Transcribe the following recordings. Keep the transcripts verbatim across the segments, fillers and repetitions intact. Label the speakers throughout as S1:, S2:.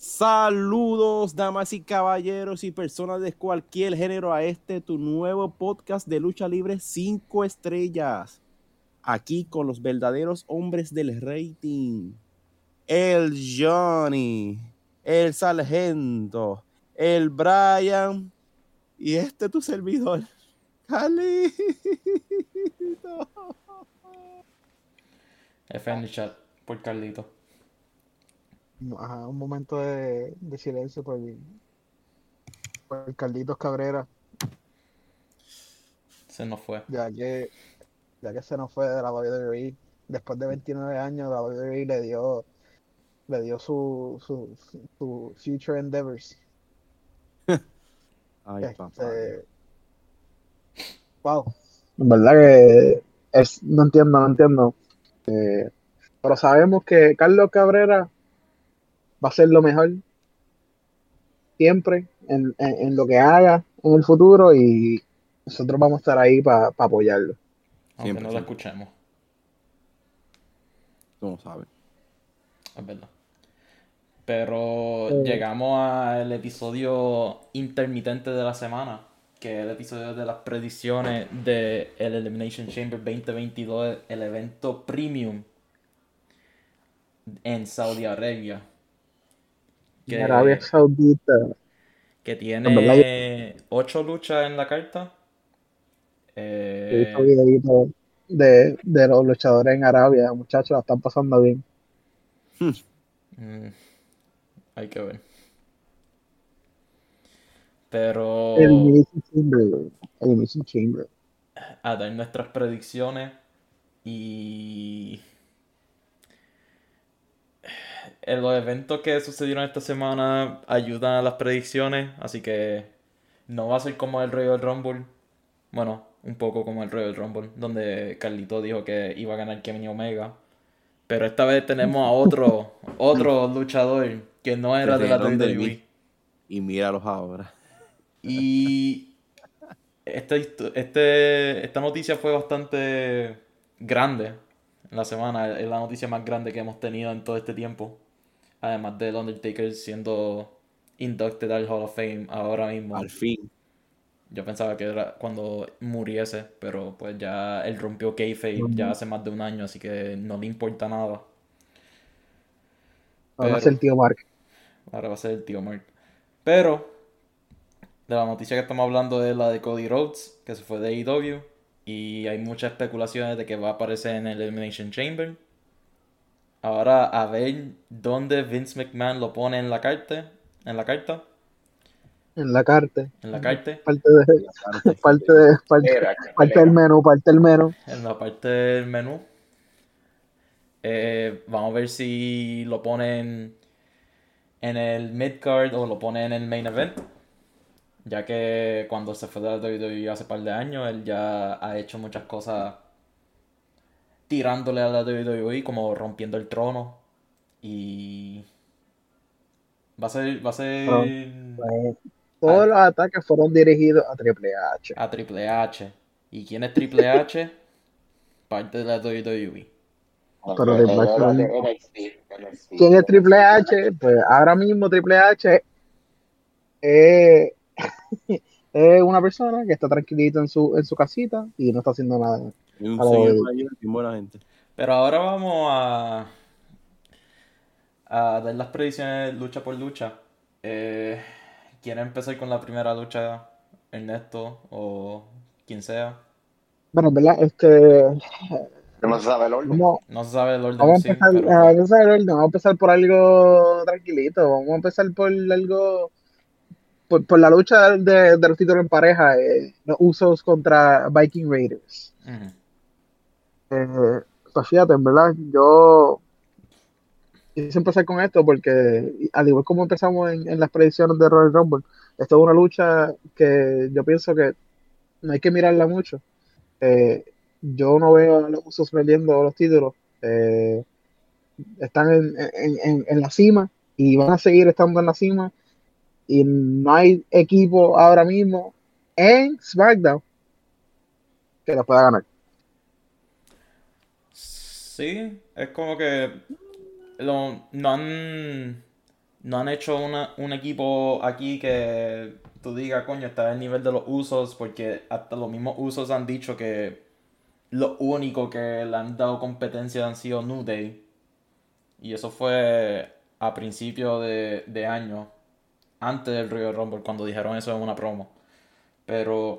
S1: Saludos, damas y caballeros y personas de cualquier género a este tu nuevo podcast de lucha libre cinco estrellas. Aquí con los verdaderos hombres del rating. El Johnny, el Sargento, el Brian y este tu servidor, Carlito.
S2: F en el chat por Carlito.
S3: Ajá, un momento de, de silencio por, por Carlitos Cabrera,
S2: Se nos fue.
S3: ya que, ya que se nos fue de la W W E. Después de veintinueve años, la W W E le dio, le dio su, su, su Future Endeavors.
S1: Ay, papá.
S3: Este, wow. En verdad que es, no entiendo, no entiendo. Eh, pero sabemos que Carlos Cabrera va a ser lo mejor siempre en, en, en lo que haga en el futuro y nosotros vamos a estar ahí para pa apoyarlo.
S2: Aunque
S1: Siempre,
S2: no lo
S1: siempre.
S2: escuchemos.
S1: Tú no sabes.
S2: Es verdad. Pero
S3: Eh,
S2: llegamos al episodio intermitente de la semana. Que es el episodio de las predicciones de el Elimination Chamber veinte veintidós. El evento premium en Saudi Arabia.
S3: en Arabia
S2: Que,
S3: Saudita,
S2: que
S3: en verdad yo
S2: tiene ocho luchas en la carta.
S3: he visto
S2: Eh,
S3: videitos de, de los luchadores en Arabia, muchachos, la están pasando bien.
S2: mm, hay que ver.
S3: El
S2: Pero
S3: Elimination Chamber, Elimination Chamber.
S2: a dar nuestras predicciones y en los eventos que sucedieron esta semana ayudan a las predicciones, así que no va a ser como el Royal Rumble, bueno, un poco como el Royal Rumble, donde Carlito dijo que iba a ganar Kenny Omega, pero esta vez tenemos a otro, otro luchador que no
S1: Se
S2: era de la
S1: rieron de mí
S2: W W E
S1: y míralos ahora.
S2: y esta, histo- este, esta noticia fue bastante grande en la semana, es la noticia más grande que hemos tenido en todo este tiempo. Además del Undertaker siendo inducted al Hall of Fame ahora mismo.
S1: Al fin.
S2: Yo pensaba que era cuando muriese, pero pues ya él rompió kayfabe ya hace más de un año, así que no le importa nada.
S3: Ahora es el
S2: Pero
S3: tío Mark.
S2: ahora va a ser el tío Mark. Pero de la noticia que estamos hablando es la de Cody Rhodes, que se fue de A E W. Y hay muchas especulaciones de que va a aparecer en el Elimination Chamber. Ahora a ver dónde Vince McMahon lo pone en la carta. En la carta.
S3: En la carta.
S2: En la carta.
S3: Parte de,
S1: Parte.
S3: parte de, parte, parte del menú, parte del menú.
S2: En la parte del menú. Eh, vamos a ver si lo ponen en el mid-card o lo ponen en el main event. Ya que cuando se fue de la W W E hace par de años, él ya ha hecho muchas cosas tirándole a la W W E, como rompiendo el trono. Y va a ser, va a
S3: Pero,
S2: ser
S3: pues,
S2: a,
S3: todos los ataques fueron dirigidos a Triple H.
S2: a Triple H. ¿Y quién es Triple H? Parte de la W W E.
S3: Pero
S4: Él
S3: Triple H
S4: era
S3: no-
S4: de N X T. N X T,
S3: ¿Quién es Triple
S4: N X T.
S3: H? Pues ahora mismo Triple H es, es una persona que está tranquilita en su, en su casita y no está haciendo nada.
S1: Y un
S3: A lo
S1: señor
S3: de-
S1: mayor y buena gente.
S2: Pero ahora vamos a, a dar las predicciones lucha por lucha. Eh, ¿Quiere empezar con la primera lucha, Ernesto o quien sea?
S3: Bueno, ¿verdad? Este,
S4: No se sabe el orden.
S3: vamos,
S2: No se sabe el orden,
S3: vamos a
S2: sí,
S3: empezar,
S2: pero
S3: a
S2: pues
S3: empezar el orden, vamos a empezar por algo tranquilito. Vamos a empezar por algo, por, por la lucha de, de los títulos en pareja, eh, los Usos contra Viking Raiders.
S2: ujú.
S3: Eh, pues fíjate, en verdad, yo quise empezar con esto porque, al igual como empezamos en, en las predicciones de Royal Rumble, esto es una lucha que yo pienso que no hay que mirarla mucho. Eh, yo no veo a los Usos perdiendo los títulos. Eh, están en, en, en, en la cima y van a seguir estando en la cima. Y no hay equipo ahora mismo en SmackDown que la pueda ganar.
S2: Sí, es como que lo- no han no han hecho una, un equipo aquí que tú digas, coño, está al nivel de los Usos, porque hasta los mismos Usos han dicho que lo único que le han dado competencia han sido New Day. Y eso fue a principio de, de año, antes del Royal Rumble, cuando dijeron eso en una promo. Pero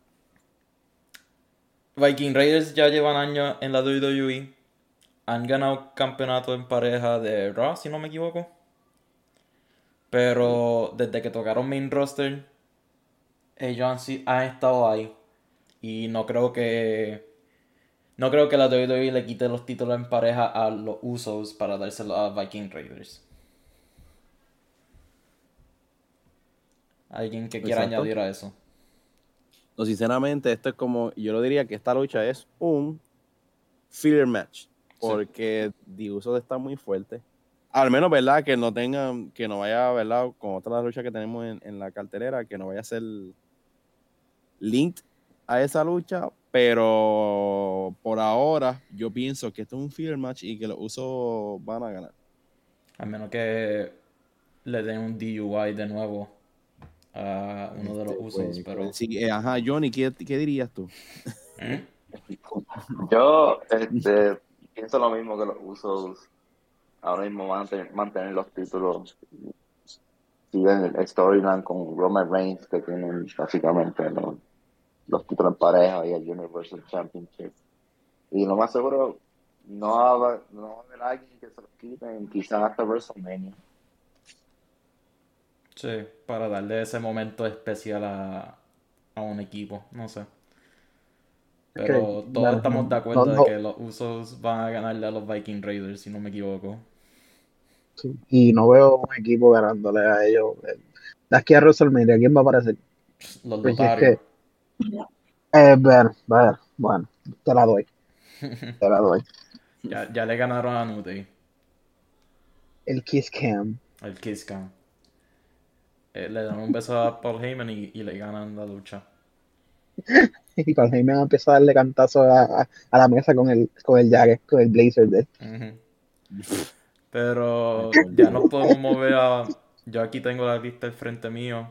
S2: Viking Raiders ya llevan años en la W W E. Han ganado campeonato en pareja de Raw, si no me equivoco. Pero desde que tocaron main roster, ellos han, si- han estado ahí. Y no creo que no creo que la W W E le quite los títulos en pareja a los Usos para dárselo a Viking Raiders. ¿Alguien que quiera
S1: Exacto.
S2: añadir a eso?
S1: No, sinceramente, esto es como, yo lo diría que esta lucha es un filler match, porque The Usos está muy fuerte. Al menos, ¿verdad? Que no tengan, que no vaya, ¿verdad? Con otras luchas que tenemos en, en la cartelera, que no vaya a ser linked a esa lucha, pero por ahora yo pienso que esto es un filler match y que los Usos van a ganar.
S2: A menos que le den un D U I de nuevo a uno de los
S1: Este,
S2: Usos,
S1: pues,
S2: pero...
S1: pues, sí, eh, ajá, Johnny, ¿qué, qué dirías tú?
S2: ¿Mm?
S4: Yo este, pienso lo mismo que los Usos ahora mismo van a tener- mantener los títulos. Siguen el storyline con Roman Reigns, que tienen básicamente los, los títulos en pareja y el Universal Championship. Y lo más seguro, no va, a haber- no va a haber alguien que se los quiten, quizás hasta WrestleMania.
S2: Sí, para darle ese momento especial a, a un equipo, no sé.
S3: Es que,
S2: Pero todos
S3: bueno,
S2: estamos de
S3: no,
S2: acuerdo de
S3: no,
S2: que los Usos van a ganarle a los Viking Raiders, si no me equivoco.
S3: sí, y no veo un equipo ganándole a ellos. De aquí a WrestleMania, ¿quién va a aparecer?
S2: Los
S3: Porque es
S2: Lotarios.
S3: que, eh, bueno, bueno, bueno, te la doy, te la doy.
S2: Ya, ya le ganaron a New Day,
S3: El Kiss Cam.
S2: al Kiss Cam. Eh, le dan un beso a Paul Heyman y, y le ganan la lucha.
S3: Y cuando Jaime empieza a darle cantazo a, a, a la mesa con el, con el jacket, con el blazer de él.
S2: Ujú.
S1: Ay,
S2: Pero
S1: por
S2: ya
S1: Dios.
S2: nos podemos mover a... Yo aquí tengo la lista al frente mío.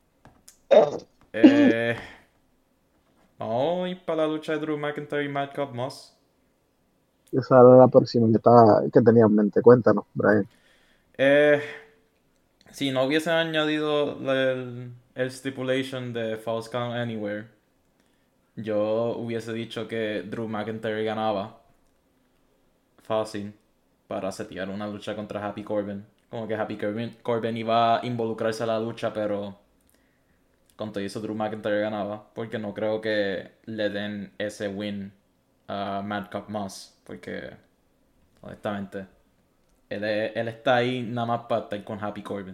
S2: Eh, vamos a ir para la lucha de Drew McIntyre y Madcap Moss.
S3: Esa era la próxima que, estaba, que tenía en mente. Cuéntanos, Brian.
S2: Eh, si no hubiesen añadido la- el, el stipulation de False Count Anywhere, yo hubiese dicho que Drew McIntyre ganaba fácil para setear una lucha contra Happy Corbin. Como que Happy Corbin, Corbin iba a involucrarse a la lucha, pero con todo eso Drew McIntyre ganaba. Porque no creo que le den ese win a Madcap Moss. Porque, honestamente, él, es- él está ahí nada más para estar con Happy Corbin.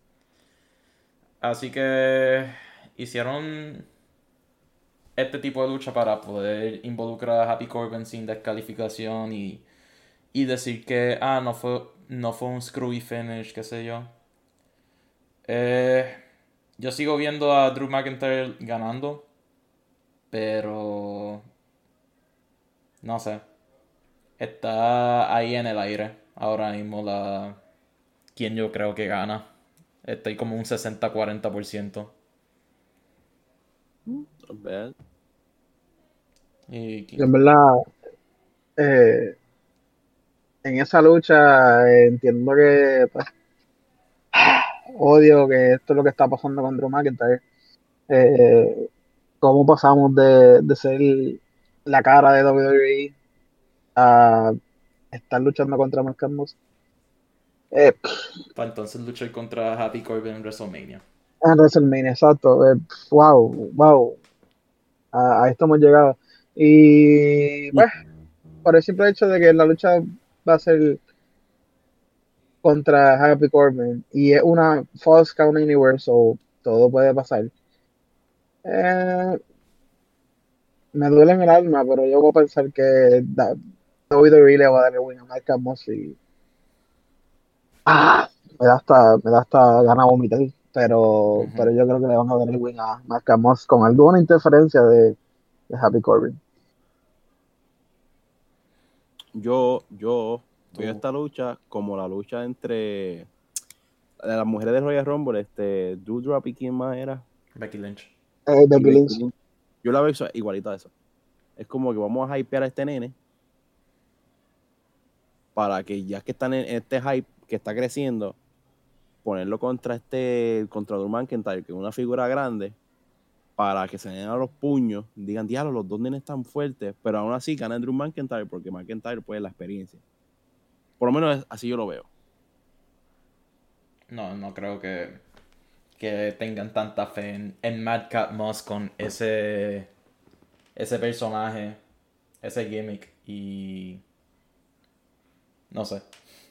S2: Así que hicieron este tipo de lucha para poder involucrar a Happy Corbin sin descalificación y, y decir que, ah, no fue, no fue un screwy finish, qué sé yo. Eh, yo sigo viendo a Drew McIntyre ganando, pero no sé. Está ahí en el aire ahora mismo la quien yo creo que gana. Estoy como un sesenta cuarenta por ciento.
S1: Not bad.
S2: Y
S3: En verdad, eh, en esa lucha eh, entiendo que pues, odio que esto es lo que está pasando con Drew McIntyre. Eh, cómo pasamos de, de ser la cara de W W E a estar luchando contra Mark Moss. Eh,
S2: para entonces luchar contra Happy Corbin en WrestleMania.
S3: en WrestleMania, exacto. Eh, wow, wow. A, a esto hemos llegado. Y pues, por el simple hecho de que la lucha va a ser contra Happy Corbin y es una False Count Anywhere, so todo puede pasar. Eh, me duele en el alma, pero yo voy a pensar que da- W W E le va a dar el win a Mark Moss y ah, me da hasta, me da hasta ganas de vomitar. Pero,
S2: Ujú.
S3: pero yo creo que le van a dar el win a Mark Moss con alguna interferencia de, de Happy Corbin.
S1: Yo, yo veo
S2: Tú.
S1: esta lucha como la lucha entre de las mujeres de Royal Rumble, este, Doudrop y quién más era.
S2: Becky Lynch.
S3: Eh, de
S1: Y Becky
S3: Lynch.
S1: Lynch. Yo la veo eso- igualita a eso. Es como que vamos a hypear a este nene para que ya que están en este hype que está creciendo, ponerlo contra este, contra Drew McIntyre, que es una figura grande, para que se den a los puños, digan, diablo, los dos nenes están fuertes, pero aún así gana Drew McIntyre porque McIntyre pues la experiencia. Por lo menos así yo lo veo.
S2: No, no creo que, que tengan tanta fe en, en Madcap Moss con ese, ese personaje, ese gimmick y... No sé.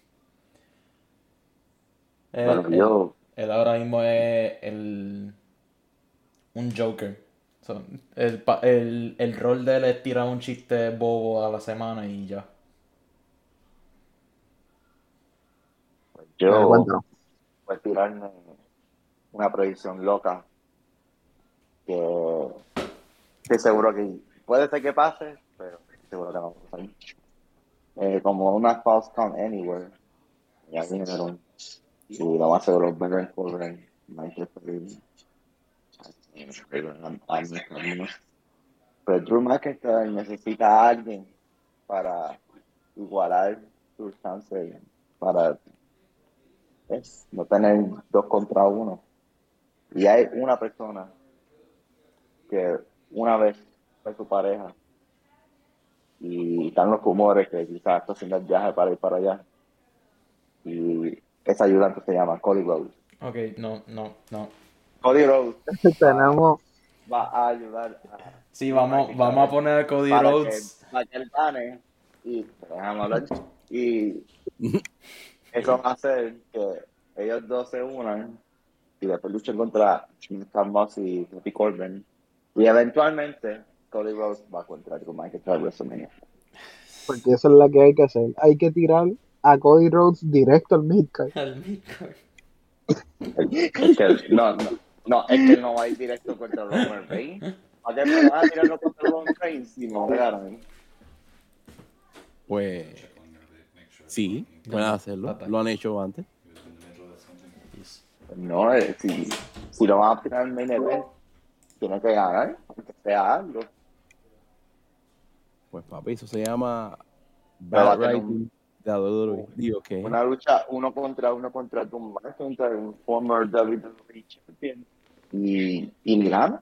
S2: Él,
S4: Bueno,
S2: él-
S4: yo,
S2: él ahora mismo es el, un Joker. So, el, pa- el, el rol de él es tirar un chiste bobo a la semana y ya.
S3: Eh,
S4: yo
S3: cuéntanos.
S4: voy a tirarme una predicción loca que estoy seguro que puede ser que pase, pero seguro que no va a pasar. Eh, como una False Count Anywhere, ya vinieron y lo más seguro es Baron Corbin, Manchester United. Pero Drew McIntyre necesita a alguien para igualar sus chances, para es, no tener dos contra uno. Y hay una persona que una vez fue su pareja y están los rumores que quizás está haciendo el viaje para ir para allá. Y ese ayudante se llama Cody Rhodes.
S2: Ok, no, no, no.
S4: Cody Rhodes va,
S3: Tenemos,
S4: va a ayudar a
S2: Sí,
S4: Drew
S2: vamos,
S4: McIntyre
S2: vamos a poner a Cody
S4: para que,
S2: Rhodes.
S4: para que él gane y déjame hablar. Y eso va a hacer que ellos dos se unan y después luchen contra Madcap Moss y Happy Corbin. Y eventualmente Cody Rhodes va a contra Drew McIntyre en WrestleMania.
S3: porque esa es la que hay que hacer. Hay que tirar a Cody Rhodes directo al midcard.
S2: Al midcard.
S4: Es que, no, no, no, es que él no va a ir directo contra Roman Reigns. ¿A qué me van a tirarlo contra Roman Reigns si no le ganan?
S1: Pues sí, pueden hacerlo. Lo han hecho antes.
S4: No, eh, si, si lo van a tirar en el main event, tiene que ganar, aunque sea algo.
S1: Pues papi, eso se llama
S4: Pero va a
S1: bad
S4: tener
S1: writing
S4: un-
S1: de A W W E. Digo que
S4: Una lucha uno contra uno contra Drew McIntyre, un former W W E champion, y, y le gana.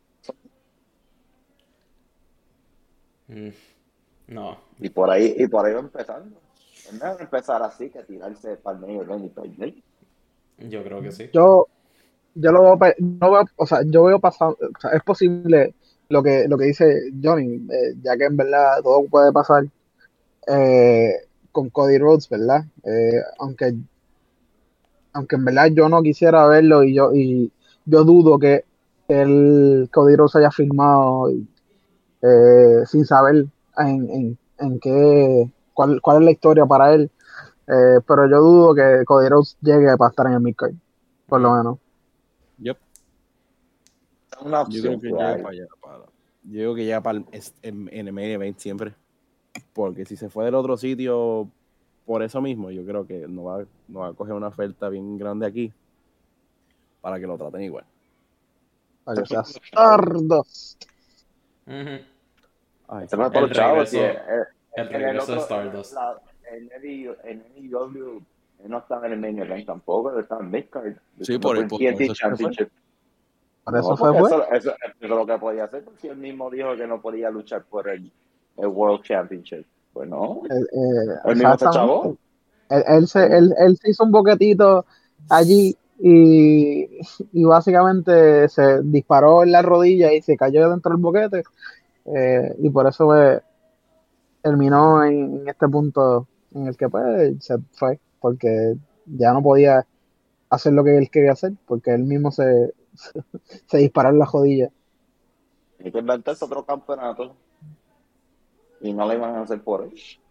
S2: Mm, No,
S4: Y por ahí, y por ahí va empezando. Es mejor empezar así que tirarse para el main event y perder.
S2: yo creo que sí.
S3: Yo, yo lo veo, pe- no veo, o sea, yo veo pasar, o sea, es posible lo que, lo que dice Johnny, eh, ya que en verdad todo puede pasar eh, con Cody Rhodes, ¿verdad? Eh, aunque, aunque en verdad yo no quisiera verlo y yo, y yo dudo que el Cody Rhodes haya firmado eh, sin saber en, en, en qué, cuál, cuál es la historia para él. Eh, pero yo dudo que Cody Rhodes llegue para estar en el midcard, por lo
S2: Mm.
S3: menos.
S1: yep,
S4: Es una
S1: yo creo
S4: opción
S1: que
S4: que
S1: llega
S4: hay.
S1: para allá. Para, yo creo que llega para el, es- en, en el main event siempre. Porque si se fue del otro sitio por eso mismo, yo creo que no va, no va a coger una oferta bien grande aquí para que lo traten igual.
S3: Para que seas sordos.
S2: Ujú.
S1: Ay,
S4: Este no es por
S2: El
S4: los chavos, sí,
S2: regreso,
S4: eh,
S2: el
S4: en el
S2: regreso de
S4: otro,
S2: Stardust.
S4: la- en el en el W, él no estaba en el main event tampoco, él estaba en midcard.
S1: sí, por, el, por, por
S4: T N T
S1: eso se fue.
S4: Championship.
S3: Por
S4: No,
S3: eso fue,
S4: porque
S3: fue.
S4: eso, eso, eso es lo que podía hacer, porque él mismo dijo que no podía luchar por el, el World Championship. Pues no,
S3: Eh, eh,
S4: él mismo se
S3: exactamente.
S4: chavó.
S3: Él, él se, él, él se hizo un boquetito allí y, y básicamente se disparó en la rodilla y se cayó dentro del boquete. eh, y por eso pues, terminó en, en este punto en el que pues, se fue, porque ya no podía hacer lo que él quería hacer, porque él mismo se, se disparó en la rodilla.
S4: Hay que inventarse otro campeonato y no lo iban a hacer por él.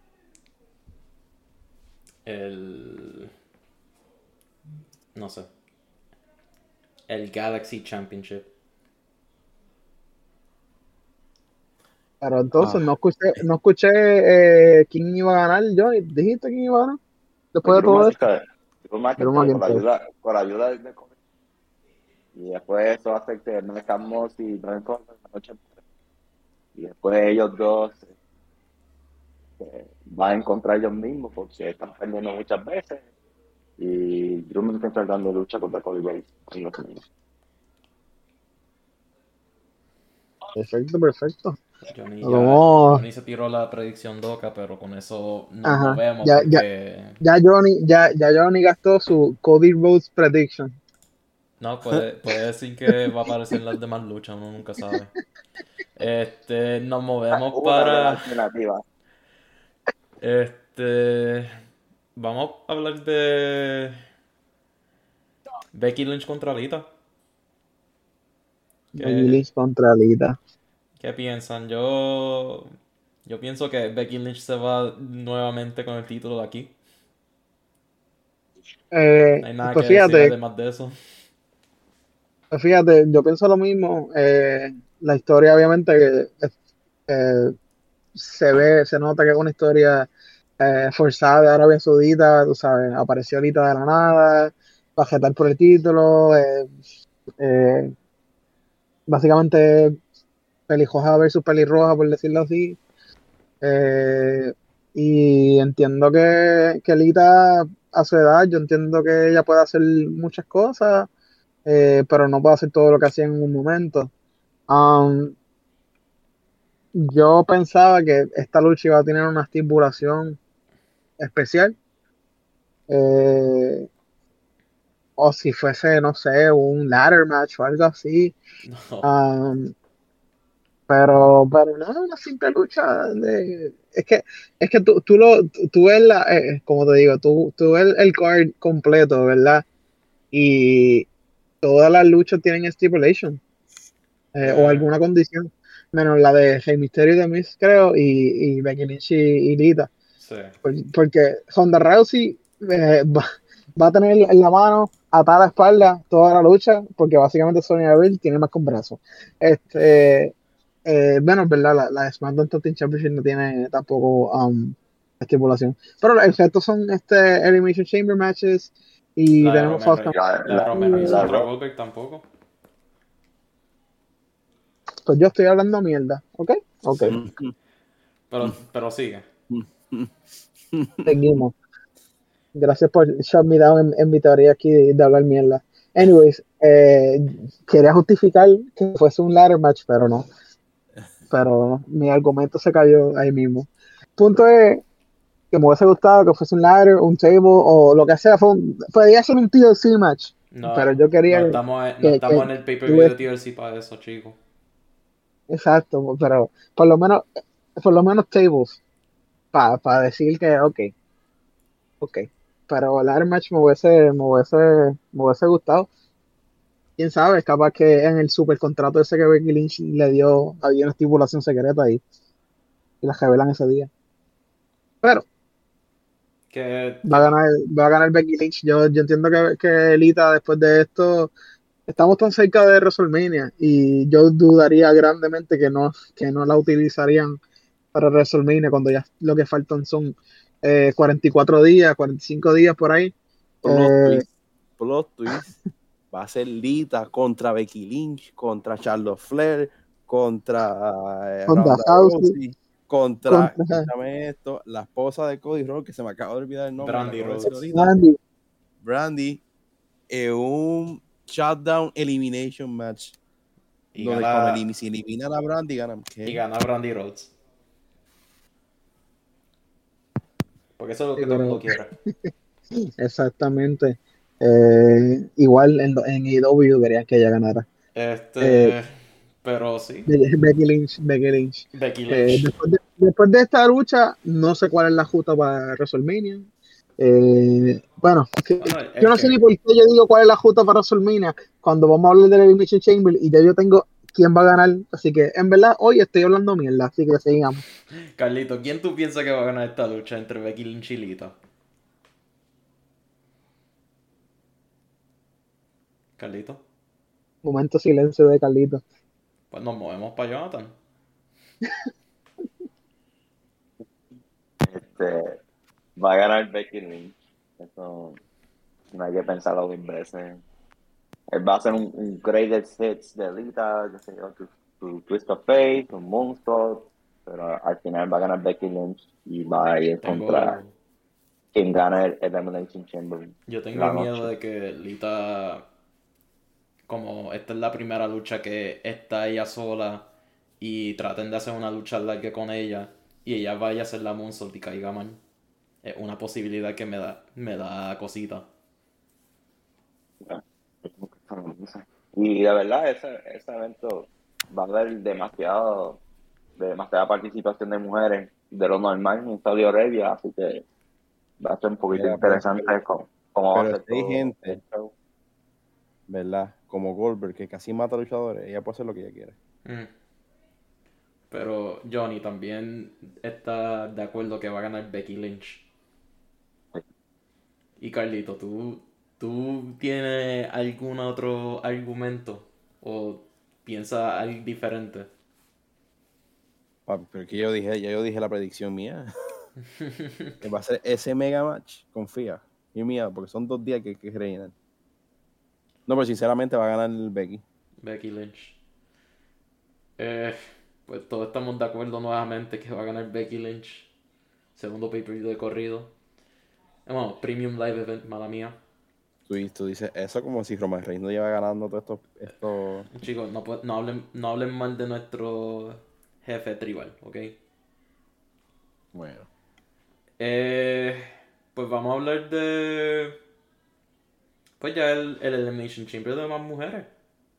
S2: El... No sé. El Galaxy Championship.
S3: Pero entonces
S1: Ah.
S3: no escuché, no escuché eh, quién iba a ganar, Johnny. ¿Dijiste quién iba a ganar? Después de
S4: Drew
S3: todo esto.
S4: McIntyre, Drew
S3: Drew
S4: McIntyre con la
S3: McIntyre.
S4: ayuda, con la ayuda de y después eso hace que no estamos y no encontramos la noche entera. Y después ellos dos eh, van a encontrar ellos mismos porque están perdiendo muchas veces. Y Drew McIntyre dando lucha contra Cody Rhodes en los niños.
S3: Perfecto, perfecto.
S2: Johnny,
S3: Nos
S2: ya,
S3: vamos.
S2: Johnny se tiró la predicción loca, pero con eso nos
S3: Ajá.
S2: movemos
S3: Ya, ya,
S2: porque...
S3: ya Johnny, ya, ya Johnny gastó su Cody Rhodes prediction.
S2: No, puede, puede decir que va a aparecer en las demás luchas, uno nunca sabe. Este, nos
S4: Ah,
S2: movemos
S4: una de las
S2: para...
S4: alternativas.
S2: Este... Vamos a hablar de... Becky Lynch contra Lita.
S3: Becky
S2: ¿Qué,
S3: Lynch contra Lita.
S2: qué piensan? Yo... Yo pienso que Becky Lynch se va nuevamente con el título de aquí.
S3: Eh,
S2: No hay nada que
S3: pues
S2: decir
S3: fíjate,
S2: además de eso.
S3: pues fíjate, yo pienso lo mismo. Eh, la historia, obviamente, que eh, se ve, se nota que es una historia eh, forzada de Arabia Saudita, tú sabes, apareció ahorita de la nada, para jetar por el título, eh, eh, básicamente pelirroja versus pelirroja, por decirlo así. Eh, y entiendo que, que Lita, a su edad, yo entiendo que ella puede hacer muchas cosas, eh, pero no puede hacer todo lo que hacía en un momento. Um, yo pensaba que esta lucha iba a tener una estipulación especial, eh, o si fuese, no sé, un ladder match o algo así.
S2: No.
S3: Um, pero, pero no, una simple lucha de, es que, es que tú, tú lo, tú ves la, eh, como te digo, tú, tú ves el, el card completo, ¿verdad? Y todas las luchas tienen stipulation, eh, o
S2: Eh,
S3: alguna condición, menos la de Rey Mysterio y The Miz, creo, y, y Becky Lynch y, y Lita.
S2: sí.
S3: Por- Porque Ronda Rousey eh, va, va a tener en la mano atada a la espalda toda la lucha, porque básicamente Sonya Deville tiene más con brazos. Este, eh, bueno, es verdad, la, la SmackDown Tag Team Championship no tiene tampoco um, estipulación. Pero el resto son este Elimination Chamber matches y
S2: La de
S3: tenemos
S2: Roman
S3: Falls
S2: Reigns.
S3: Count
S4: La,
S2: La de
S4: la,
S2: Roman Reigns
S4: la
S2: contra
S4: Rock,
S2: Goldberg tampoco.
S3: Pues yo estoy hablando mierda, ¿ok? Ok,
S2: Pero, pero sigue.
S3: seguimos. Gracias por shut me down en, en mi teoría aquí de, de hablar mierda. Anyways, eh, quería justificar que fuese un ladder match, pero no. Pero mi argumento se cayó ahí mismo. Punto es que me hubiese gustado que fuese un ladder, un table o lo que sea. Fue un- podría ser un T L C match,
S2: No,
S3: pero yo quería
S2: no estamos, en- no
S3: que,
S2: estamos
S3: que
S2: en el pay-per-view
S3: tuve-
S2: de T L C para eso, chicos.
S3: exacto, pero por lo menos, por lo menos tables, para decir que, ok, ok. Pero ladder match me hubiese, me hubiese, me hubiese gustado. Quién sabe, es capaz que en el super contrato ese que Becky Lynch le dio, había una estipulación secreta ahí y la revelan ese día. Pero
S2: Que,
S3: va a
S2: que,
S3: ganar, va a ganar Becky Lynch. Yo, yo entiendo que, que Lita, después de esto, estamos tan cerca de WrestleMania y yo dudaría grandemente que no, que no la utilizarían para WrestleMania cuando ya lo que faltan son eh, cuarenta y cuatro días, cuarenta y cinco días por ahí.
S1: Plot
S3: Eh,
S1: twist. Plot twist. Va a ser Lita contra Becky Lynch, contra Charlotte Flair, contra eh,
S3: contra
S1: Ronda
S3: House,
S1: Rousey, contra,
S3: contra
S1: escúchame esto, la esposa de Cody Rhodes, que se me acaba de olvidar el nombre, la
S2: Brandy
S1: acabo de decir
S2: Rhodes.
S1: ahorita,
S3: Andy.
S1: Brandy, en un shutdown elimination match,
S2: Y
S1: donde cuando
S2: gana,
S1: elim- si eliminan a Brandy ganan.
S2: y
S1: ¿Qué?
S2: gana Brandy Rhodes. Porque eso es lo
S3: Sí,
S2: que todo el
S3: pero
S2: mundo quiere.
S3: exactamente. Eh, igual en, en E W querían que ella ganara. Eh,
S2: Este, pero sí,
S3: Be- Becky Lynch, Becky Lynch.
S2: Becky
S3: Eh,
S2: Lynch.
S3: después de, después de esta lucha, no sé cuál es la justa para WrestleMania. Eh, bueno, que-
S2: Bueno,
S3: yo
S2: el
S3: no sé ni
S2: que,
S3: por qué yo digo cuál es la justa para WrestleMania cuando vamos a hablar del Elimination Chamber y ya yo tengo quién va a ganar. Así que en verdad hoy estoy hablando mierda, así que sigamos.
S2: Carlito, ¿quién tú piensas que va a ganar esta lucha entre Becky Lynch y Lita? Carlito,
S3: Momento silencio de Carlito.
S2: pues nos movemos para Jonathan.
S4: este, va a ganar Becky Lynch. Eso, no hay que pensarlo dos veces. Él va a hacer un, un greatest hits de Lita, qué sé yo, tu, tu Twist of Fate, un Moonsault, pero al final va a ganar Becky Lynch y va a ir contra
S2: Tengo,
S4: quien gana el Elimination Chamber en
S2: yo tengo
S4: la
S2: miedo
S4: noche.
S2: de que Lita, como esta es la primera lucha que está ella sola y traten de hacer una lucha larga con ella y ella vaya a hacer la moonsault y caiga mal. Es una posibilidad que me da, me da cosita.
S4: Y de verdad, ese, ese evento va a haber demasiado, demasiada participación de mujeres de lo normal en Saudi Arabia, así que va a ser un poquito
S1: Mira, pero,
S4: interesante cómo, cómo va a
S1: pero
S4: ser
S1: si hay
S4: todo
S1: gente,
S4: el show.
S1: ¿verdad? Como Goldberg, que casi mata luchadores, ella puede hacer lo que ella quiere.
S2: Mm. Pero Johnny también está de acuerdo que va a ganar Becky Lynch. Y Carlito, ¿tú, tú tienes algún otro argumento o piensas algo diferente?
S1: Papi, pero que yo dije, ya yo dije la predicción mía. Que va a ser ese mega match, confía. Y mía, porque son dos días que, que rellenar. No, pero sinceramente va a ganar el Becky.
S2: Becky Lynch. Eh, pues todos estamos de acuerdo nuevamente que va a ganar Becky Lynch. Segundo pay-per-view de corrido. Eh, Bueno, Premium Live Event, mala mía.
S1: Tú, tú dices eso como si Roman Reigns no lleva ganando todo esto, esto...
S2: Chicos, no, pu- no, hablen, no hablen mal de nuestro jefe tribal, ¿ok?
S1: Bueno.
S2: Eh, pues vamos a hablar de... Pues ya el, el Elimination Chamber de más mujeres.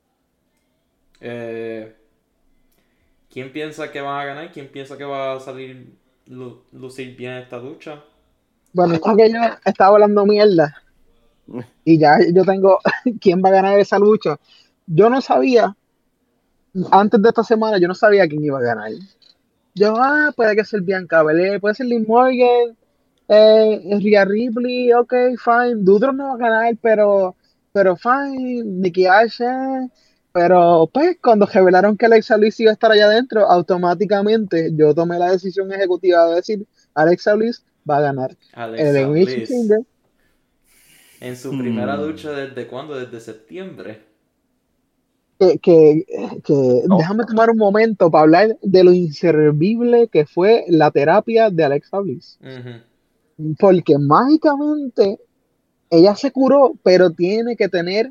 S2: Eh, ¿Quién piensa que van a ganar? ¿Quién piensa que va a salir lu- lucir bien esta lucha?
S3: Bueno, es que yo estaba hablando mierda y ya yo tengo quién va a ganar esa lucha. Yo no sabía, antes de esta semana, yo no sabía quién iba a ganar. Yo, ah, puede que sea Bianca Belair, puede ser Liv Morgan, eh, Rhea Ripley, ok, fine. Dudro no va a ganar, pero, pero fine. Nikki Ash, eh. Pero pues cuando revelaron que Alexa Bliss iba a estar allá adentro, automáticamente yo tomé la decisión ejecutiva de decir, Alexa Bliss va a ganar el
S2: Alexa
S3: Elimination
S2: Bliss.
S3: Chamber.
S2: En su primera lucha,
S1: Hmm.
S2: ¿desde cuándo? Desde septiembre.
S3: Que, que, que
S4: Oh,
S3: déjame tomar un momento para hablar de lo inservible que fue la terapia de Alexa Bliss.
S2: Ujú.
S3: Porque mágicamente ella se curó, pero tiene que tener,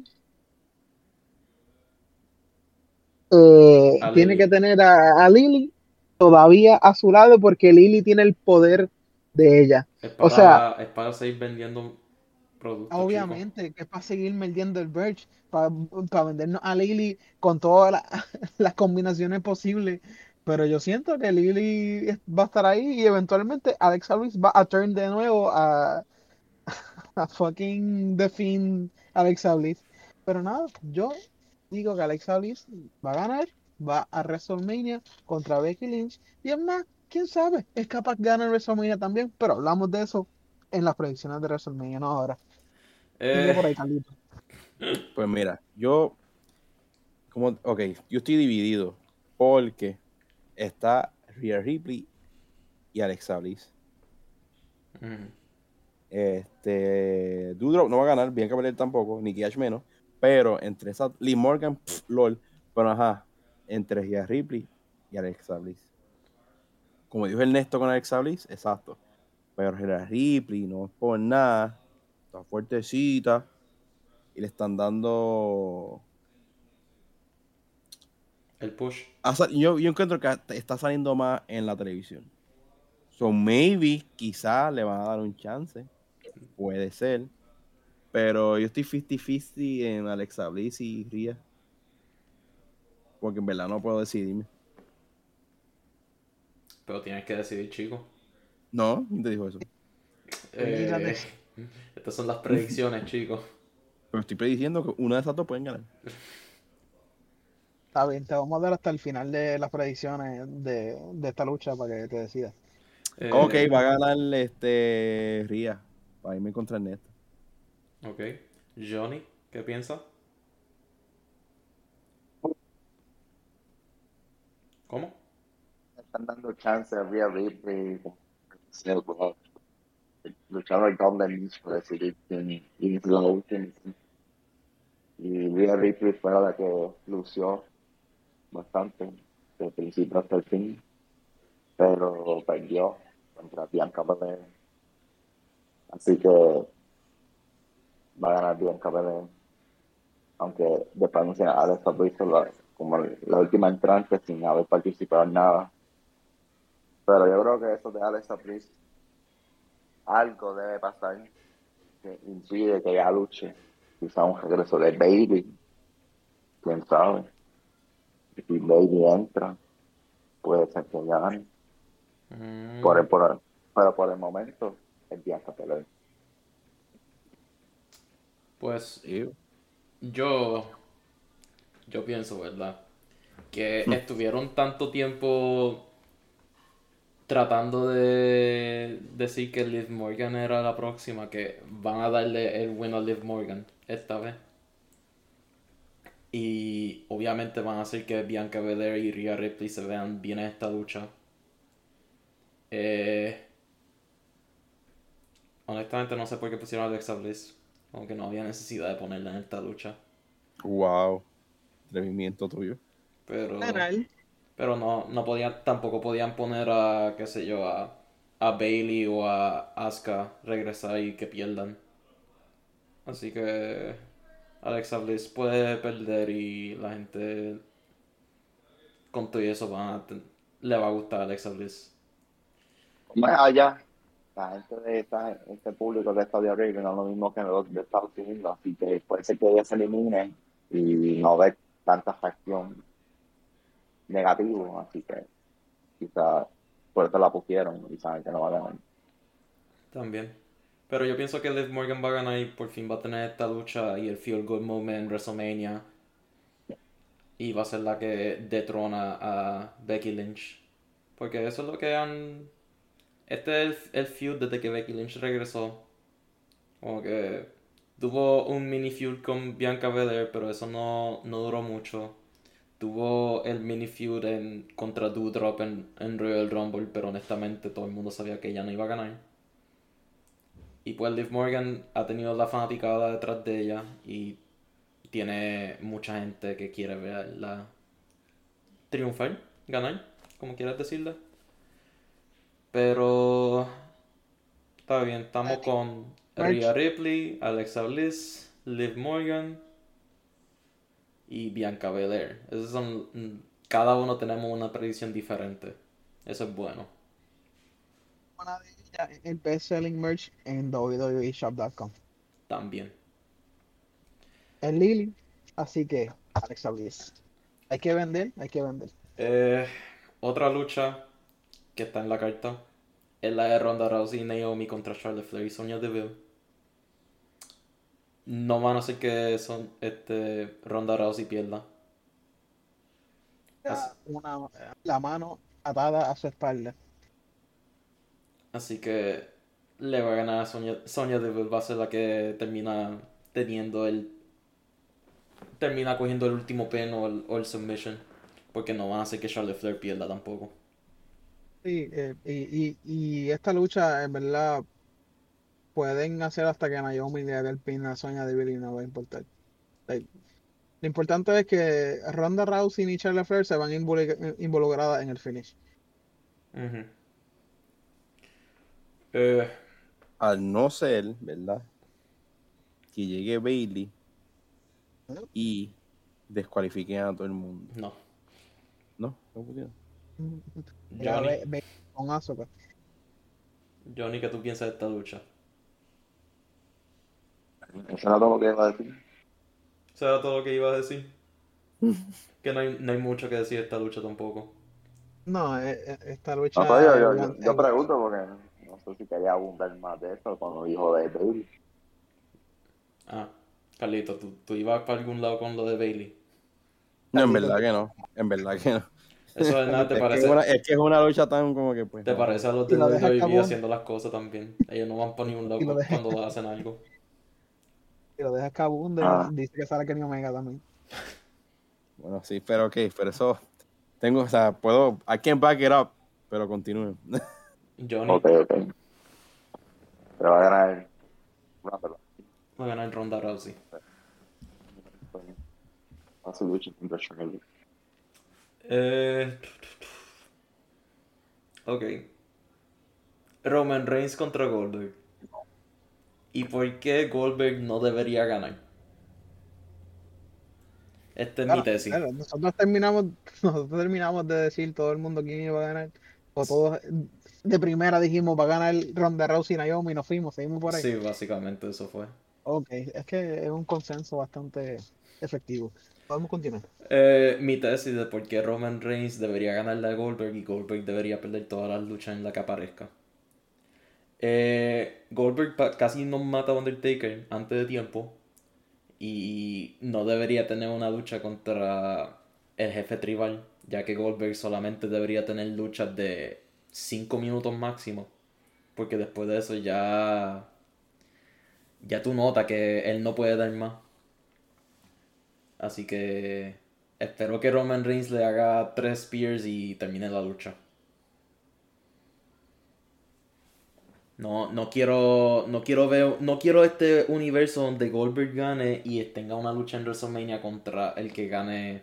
S3: eh,
S2: A
S3: tiene que
S2: Lily.
S3: tener a, a Lily todavía a su lado porque Lily tiene el poder de ella.
S2: Es
S3: O sea,
S2: para, es para seguir vendiendo productos, chicos.
S3: obviamente que es para seguir vendiendo el Verge, para, para vendernos a Lily con todas la- las combinaciones posibles. Pero yo siento que Lily es- va a estar ahí y eventualmente Alexa Bliss va a turn de nuevo a, a fucking The Fiend Alexa Bliss. Pero nada, yo digo que Alexa Bliss va a ganar, va a WrestleMania contra Becky Lynch. Y es más, quién sabe, es capaz de ganar WrestleMania también, pero hablamos de eso en las predicciones de WrestleMania, no ahora. Sigue
S2: Eh,
S3: por ahí, Carlito.
S1: Pues mira, yo, como, ok, yo estoy dividido porque está Rhea Ripley y Alexa Bliss.
S2: ujú.
S1: Este, Doudrop no va a ganar, bien que Belair tampoco, Nikki Ash menos, pero entre esas, Lee Morgan, pff, lol, pero ajá, entre Rhea Ripley y Alexa Bliss. Como dijo Ernesto con Alexa Bliss, exacto, pero Rhea Ripley no es por nada, está fuertecita y le están dando...
S2: El push.
S1: ha sal- Yo, yo encuentro que está saliendo más en la televisión. So maybe, quizá le van a dar un chance, puede ser, pero yo estoy cincuenta cincuenta en Alexa Bliss y Rhea. Porque en verdad no puedo decidirme.
S2: Pero tienes que decidir, chicos.
S1: No, ¿quién te dijo eso?
S3: Mírate.
S2: Eh, estas son las predicciones, chicos.
S1: Pero estoy prediciendo que una de esas dos pueden ganar.
S3: Está bien, te vamos a dar hasta el final de las predicciones de, de esta lucha para que te decidas.
S1: Ok,
S2: Eh,
S1: va a ganar este Ría. Para irme contra Ernesto.
S2: ok. Johnny, ¿qué piensa? ¿Cómo?
S4: están dando chance a Rhea Ripley. Sí, bueno, lucharon el Golden Beach por decidir quién inició la última. Y Rhea Ripley fue la que lució bastante, desde el principio hasta el fin, pero perdió contra Bianca Belair. Así que va a ganar Bianca Belair, aunque después anunciaron a Alexa Bliss la- como la última entrante sin haber participado en nada. Pero yo creo que eso de Alexa Bliss, algo debe pasar que impide que ella luche. Quizá un regreso de Bailey, quién sabe. Y si Bailey entra, puede ser que gane.
S2: Mm,
S4: Por el, por el- pero por el momento es Bianca Belair.
S2: pues
S1: Sí.
S2: yo, yo pienso, ¿verdad? Que estuvieron tanto tiempo tratando de decir que Liv Morgan era la próxima, que van a darle el win a Liv Morgan esta vez. Y obviamente van a hacer que Bianca Belair y Rhea Ripley se vean bien en esta lucha. Eh, honestamente no sé por qué pusieron a Alexa Bliss. Como que no había necesidad de ponerla en esta lucha.
S1: Wow. Atrevimiento tuyo.
S2: Pero,
S3: Canal.
S2: pero no, no podían, tampoco podían poner a, qué sé yo, a, a Bailey o a Asuka regresar y que pierdan. Así que Alexa Bliss puede perder y la gente con todo y eso van a ten- le va a gustar a Alexa Bliss.
S4: Más allá, la gente de esta, este público de Saudi Arabia no es lo mismo que los de Estados Unidos, así que puede ser que ellos se eliminen y no ver tanta facción negativa, así que quizás por eso la pusieron y saben que no va a ganar.
S2: También. Pero yo pienso que Liv Morgan va a ganar y por fin va a tener esta lucha y el feel good moment en WrestleMania. Y va a ser la que detrona a Becky Lynch. Porque eso es lo que han... Este es el, el feud desde que Becky Lynch regresó. Como que tuvo un mini feud con Bianca Belair, pero eso no, no duró mucho. Tuvo el mini feud en, contra Doudrop en, en Royal Rumble, pero honestamente todo el mundo sabía que ella no iba a ganar. Y pues Liv Morgan ha tenido la fanaticada detrás de ella y tiene mucha gente que quiere verla triunfar, ganar, como quieras decirle. Pero está bien, estamos con Rhea
S3: Merch.
S2: Ripley, Alexa Bliss, Liv Morgan y Bianca Belair. Esos son, mm, cada uno tenemos una predicción diferente. Eso es bueno.
S3: Una de ellas es el best selling merch en w w e shop punto com.
S2: También.
S3: Es Lily, así que Alexa Bliss. Hay que vender, hay que vender.
S2: Eh, otra lucha que está en la carta es la de Ronda Rousey y Naomi contra Charlotte Flair y Sonya Deville. No van a hacer que son, este, Ronda Rousey pierda. Así,
S3: Una, la mano atada a su espalda.
S2: así que le va a ganar a Sonya, Sonya Deville. Va a ser la que termina teniendo el. Termina cogiendo el último pin o el, o el submission. Porque no van a hacer que Charlotte Flair pierda tampoco.
S3: Sí, eh, y, y, y esta lucha, en verdad, pueden hacer hasta que Naomi le haga el pin a Sonya Deville y no va a importar. Like, lo importante es que Ronda Rousey y Charlotte Flair se van involu- involucradas en el finish.
S2: Ujú. Eh,
S1: Al no ser, ¿verdad? Que llegue Bailey y descualifiquen a todo el mundo.
S2: no.
S1: No, no pusieron.
S3: Ya
S2: Johnny,
S3: ve, ve con Asuka.
S2: Johnny, ¿qué tú piensas de esta lucha?
S4: Eso era todo lo que iba a decir.
S2: ¿Eso era todo lo que iba a decir? Que no hay, no hay mucho que decir de esta lucha tampoco.
S3: No, eh, eh, esta
S4: No,
S3: lucha
S4: pero yo,
S3: es
S4: yo, yo,
S3: one-
S4: yo
S3: es-
S4: pregunto porque no sé si quería abundar más de eso cuando dijo de Bailey.
S2: Ah, Carlito, ¿tú, tú ibas para algún lado con lo de Bailey?
S1: No, en
S3: Carlitos,
S1: verdad que no. En verdad que no.
S2: Eso de nada te
S1: Es que es
S2: parece,
S1: una, es que es una lucha tan como que pues.
S2: te
S1: no.
S2: parece a los
S3: y
S2: de
S3: lo deja
S2: W W E
S3: acabó,
S2: haciendo las cosas también. Ellos no van para ningún lado
S3: y lo
S2: cu-
S3: deja,
S2: cuando hacen algo.
S3: y lo deja Cabunde,
S4: Ah,
S3: dice que sale Kenny Omega también.
S1: Bueno, sí, pero ok, pero eso. Tengo, o sea, puedo. I can't back it up, pero continúen.
S2: Johnny,
S4: ok, ok. Pero va a ganar una pelota.
S2: Va a ganar Ronda Rousey.
S4: A su lucha contra Charlotte.
S2: Eh, ok. Roman Reigns contra Goldberg. ¿Y por qué Goldberg no debería ganar? Esta es mi
S3: Claro,
S2: tesis.
S3: claro, nosotros terminamos, nosotros terminamos de decir todo el mundo quién iba a ganar. O todos de primera dijimos va a ganar Ronda Rousey y Naomi y nos fuimos, seguimos por ahí.
S2: Sí, básicamente eso fue.
S3: Ok, es que es un consenso bastante efectivo. Podemos continuar.
S2: Eh, mi tesis de por qué Roman Reigns debería ganarle a Goldberg y Goldberg debería perder todas las luchas en la que aparezca. Eh, Goldberg pa- casi nos mata a Undertaker antes de tiempo y no debería tener una lucha contra el jefe tribal, ya que Goldberg solamente debería tener luchas de cinco minutos máximo, porque después de eso ya ya tú notas que él no puede dar más. Así que espero que Roman Reigns le haga tres spears y termine la lucha. No, no quiero, no quiero ver, no quiero este universo donde Goldberg gane y tenga una lucha en WrestleMania contra el que gane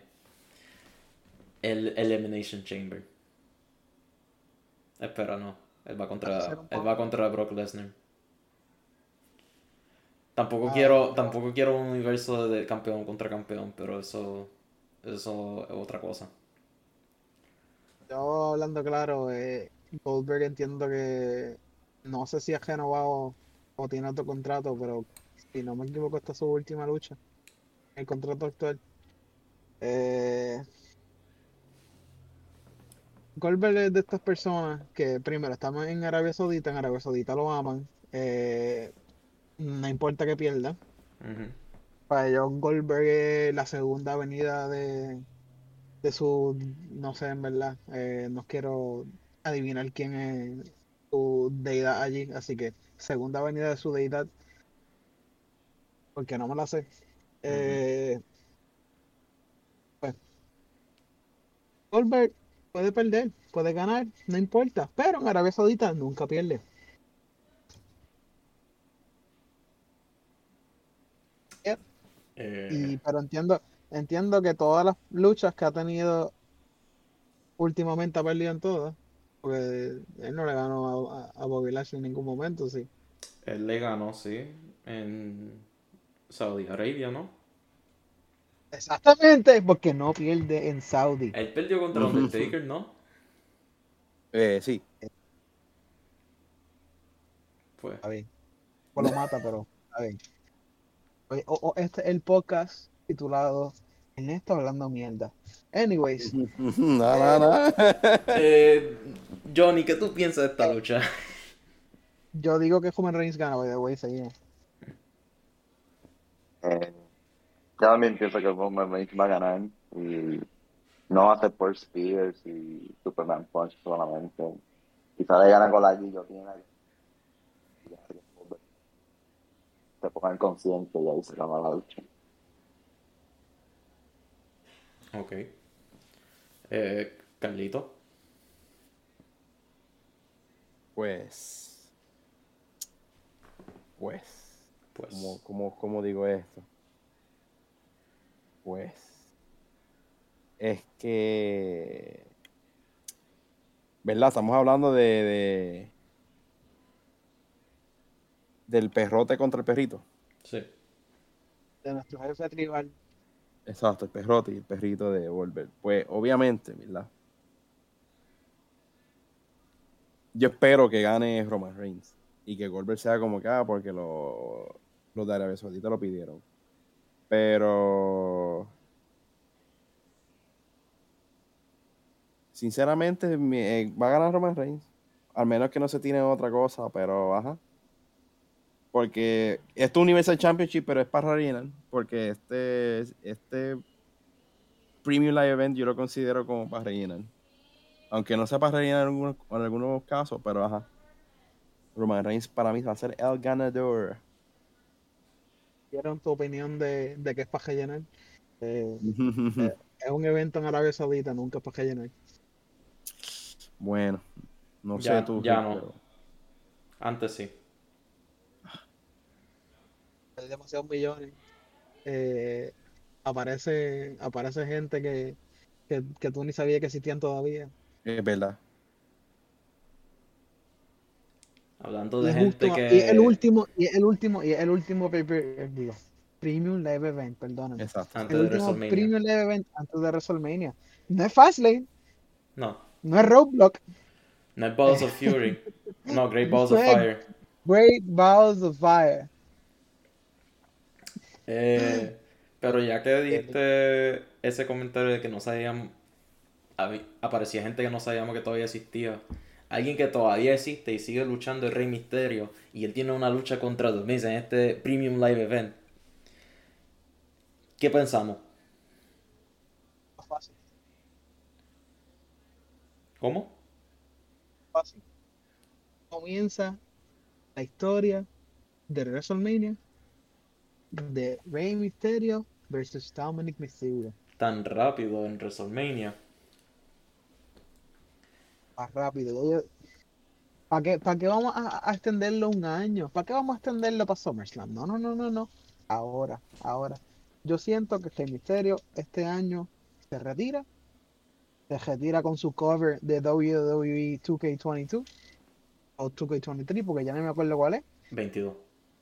S2: el Elimination Chamber. Espera, no. Él va
S3: Hace
S2: contra,
S3: ser un
S2: él
S3: poco-
S2: va contra Brock Lesnar. Tampoco
S3: Ah,
S2: quiero,
S3: yo,
S2: tampoco quiero un universo de campeón contra campeón, pero eso, eso es otra cosa.
S3: yo hablando claro, eh, Goldberg entiendo que no sé si ha renovado o tiene otro contrato, pero si no me equivoco, esta es su última lucha, el contrato actual. Eh, Goldberg es de estas personas que primero estamos en Arabia Saudita, en Arabia Saudita lo aman, eh, no importa que pierda.
S2: Ujú.
S3: Para ellos Goldberg es la segunda avenida de, de su, no sé en verdad, eh, no quiero adivinar quién es su deidad allí, así que segunda avenida de su deidad, porque no me la sé.
S2: Ujú.
S3: Eh, pues Goldberg puede perder, puede ganar, no importa, pero en Arabia Saudita nunca pierde. Yep.
S2: Eh,
S3: Y, pero entiendo, entiendo que todas las luchas que ha tenido últimamente ha perdido en todas, porque él no le ganó a, a, a Bobby Lashley en ningún momento, sí.
S2: él le ganó, sí, en Saudi Arabia, ¿no?
S3: Exactamente, porque no pierde en Saudi.
S2: Él perdió contra Undertaker, ¿no?
S1: Eh, sí.
S2: Pues.
S3: A ver, pues lo mata, pero a ver. Oye, o- o este es el podcast titulado Ernesto hablando mierda. Anyways,
S1: No, no,
S3: eh,
S1: no.
S2: Eh, Johnny, ¿qué tú piensas de esta
S3: eh,
S2: lucha?
S3: yo digo que Roman Reigns gana, by the way, seguimos.
S4: Eh, yo también pienso que Roman Reigns va a ganar y no va a ser por Spears y Superman Punch solamente. Quizá le gana con la guillotina y ya que se pongan conscientes y ahí se gana la lucha.
S2: Ok. Eh, Carlito.
S1: Pues, pues, ¿cómo,
S2: Pues.
S1: cómo, cómo digo esto? Pues, es que, ¿verdad? Estamos hablando de, de- del perrote contra el perrito.
S2: Sí.
S3: De nuestro jefe tribal.
S1: Exacto, el perrote y el perrito de Volver. Pues, obviamente, ¿verdad? Yo espero que gane Roman Reigns y que Goldberg sea como que, ah, porque lo- los de Arabia Saudita lo pidieron. Pero, sinceramente, mi- eh, va a ganar Roman Reigns. Al menos que no se tiene otra cosa, pero ajá. Porque esto es Universal Championship, pero es para rellenar. Porque este, este Premium Live Event yo lo considero como para rellenar. Aunque no sea para rellenar en algunos, en algunos casos, pero ajá. Roman Reigns para mí va a ser el ganador.
S3: ¿Dieron tu opinión de, de que es para rellenar? Eh, eh, es un evento en Arabia Saudita, nunca es para rellenar.
S1: Bueno, no sé
S2: Ya,
S1: tú,
S2: ya
S1: Rick,
S2: no.
S1: pero
S2: Antes sí.
S3: hay demasiados millones. Eh, aparece, aparece gente que, que, que tú ni sabías que existían todavía.
S1: Es verdad.
S2: Hablando
S3: Y
S2: de
S3: es
S2: gente
S3: justo, y es el
S2: que
S3: último, y es el último, y es el último paper, digo, Premium Live Event, perdóname.
S1: Exacto.
S2: antes
S3: El
S2: de
S3: último
S2: WrestleMania.
S3: Premium Live Event antes de WrestleMania. No es Fastlane,
S2: No,
S3: no es Roadblock,
S2: no es Balls of Fury. No, Great Balls
S3: no
S2: of
S3: es
S2: Fire.
S3: Great Balls of Fire.
S2: Eh, pero ya que diste ese comentario de que no sabíamos, habi- aparecía gente que no sabíamos que todavía existía. Alguien que todavía existe y sigue luchando es Rey Mysterio. Y él tiene una lucha contra The Miz en este Premium Live Event. ¿Qué pensamos?
S3: Fácil,
S2: ¿Cómo?
S3: fácil. Comienza la historia de WrestleMania de Rey Mysterio versus Dominic Mysterio.
S2: Tan rápido en WrestleMania.
S3: Más rápido. ¿Para qué, para qué vamos a, a extenderlo un año? ¿Para qué vamos a extenderlo para SummerSlam? No, no, no, no, no. Ahora, ahora. Yo siento que este Misterio este año se retira. Se retira con su cover de W W E dos K veintidós o dos K veintitrés, porque ya no me acuerdo cuál es.
S2: veintidós.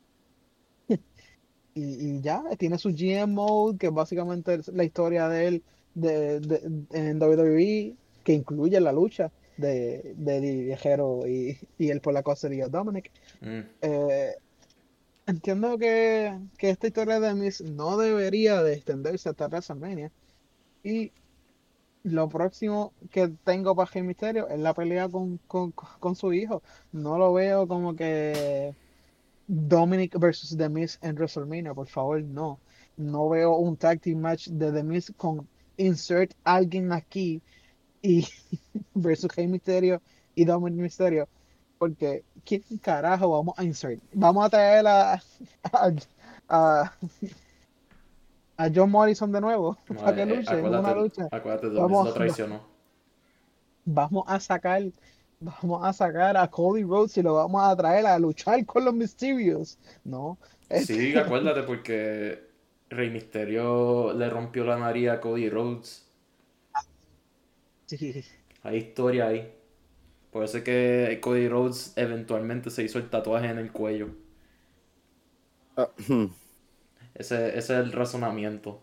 S3: Y, y ya, tiene su G M Mode, que básicamente es la historia de él de, de- en W W E, que incluye la lucha de, de Eddie Viejero y, y el polaco sería Dominic.
S2: Mm.
S3: Eh, Entiendo que, que esta historia de Miz no debería de extenderse hasta WrestleMania. Y lo próximo que tengo para Rey Mysterio es la pelea con, con, con su hijo. No lo veo como que Dominic versus The Miz en WrestleMania, por favor, no. No veo un tag team match de The Miz con insert alguien aquí y versus Rey Mysterio y Dominic Mysterio. Porque, ¿quién carajo vamos a insert? Vamos a traer a, a, a, a John Morrison de nuevo
S2: No,
S3: para que
S2: eh, eh,
S3: luche en una
S2: acuérdate,
S3: lucha.
S2: acuérdate, The Miz lo
S3: Vamos, va-
S2: traicionó.
S3: vamos a sacar, vamos a sacar a Cody Rhodes y lo vamos a traer a luchar con los Mysterios. No,
S2: Sí,
S3: este,
S2: acuérdate porque Rey Mysterio le rompió la nariz a Cody Rhodes.
S3: sí,
S2: Hay historia ahí. Por eso es que Cody Rhodes eventualmente se hizo el tatuaje en el cuello.
S1: Ah, hmm.
S2: Ese, ese es el razonamiento.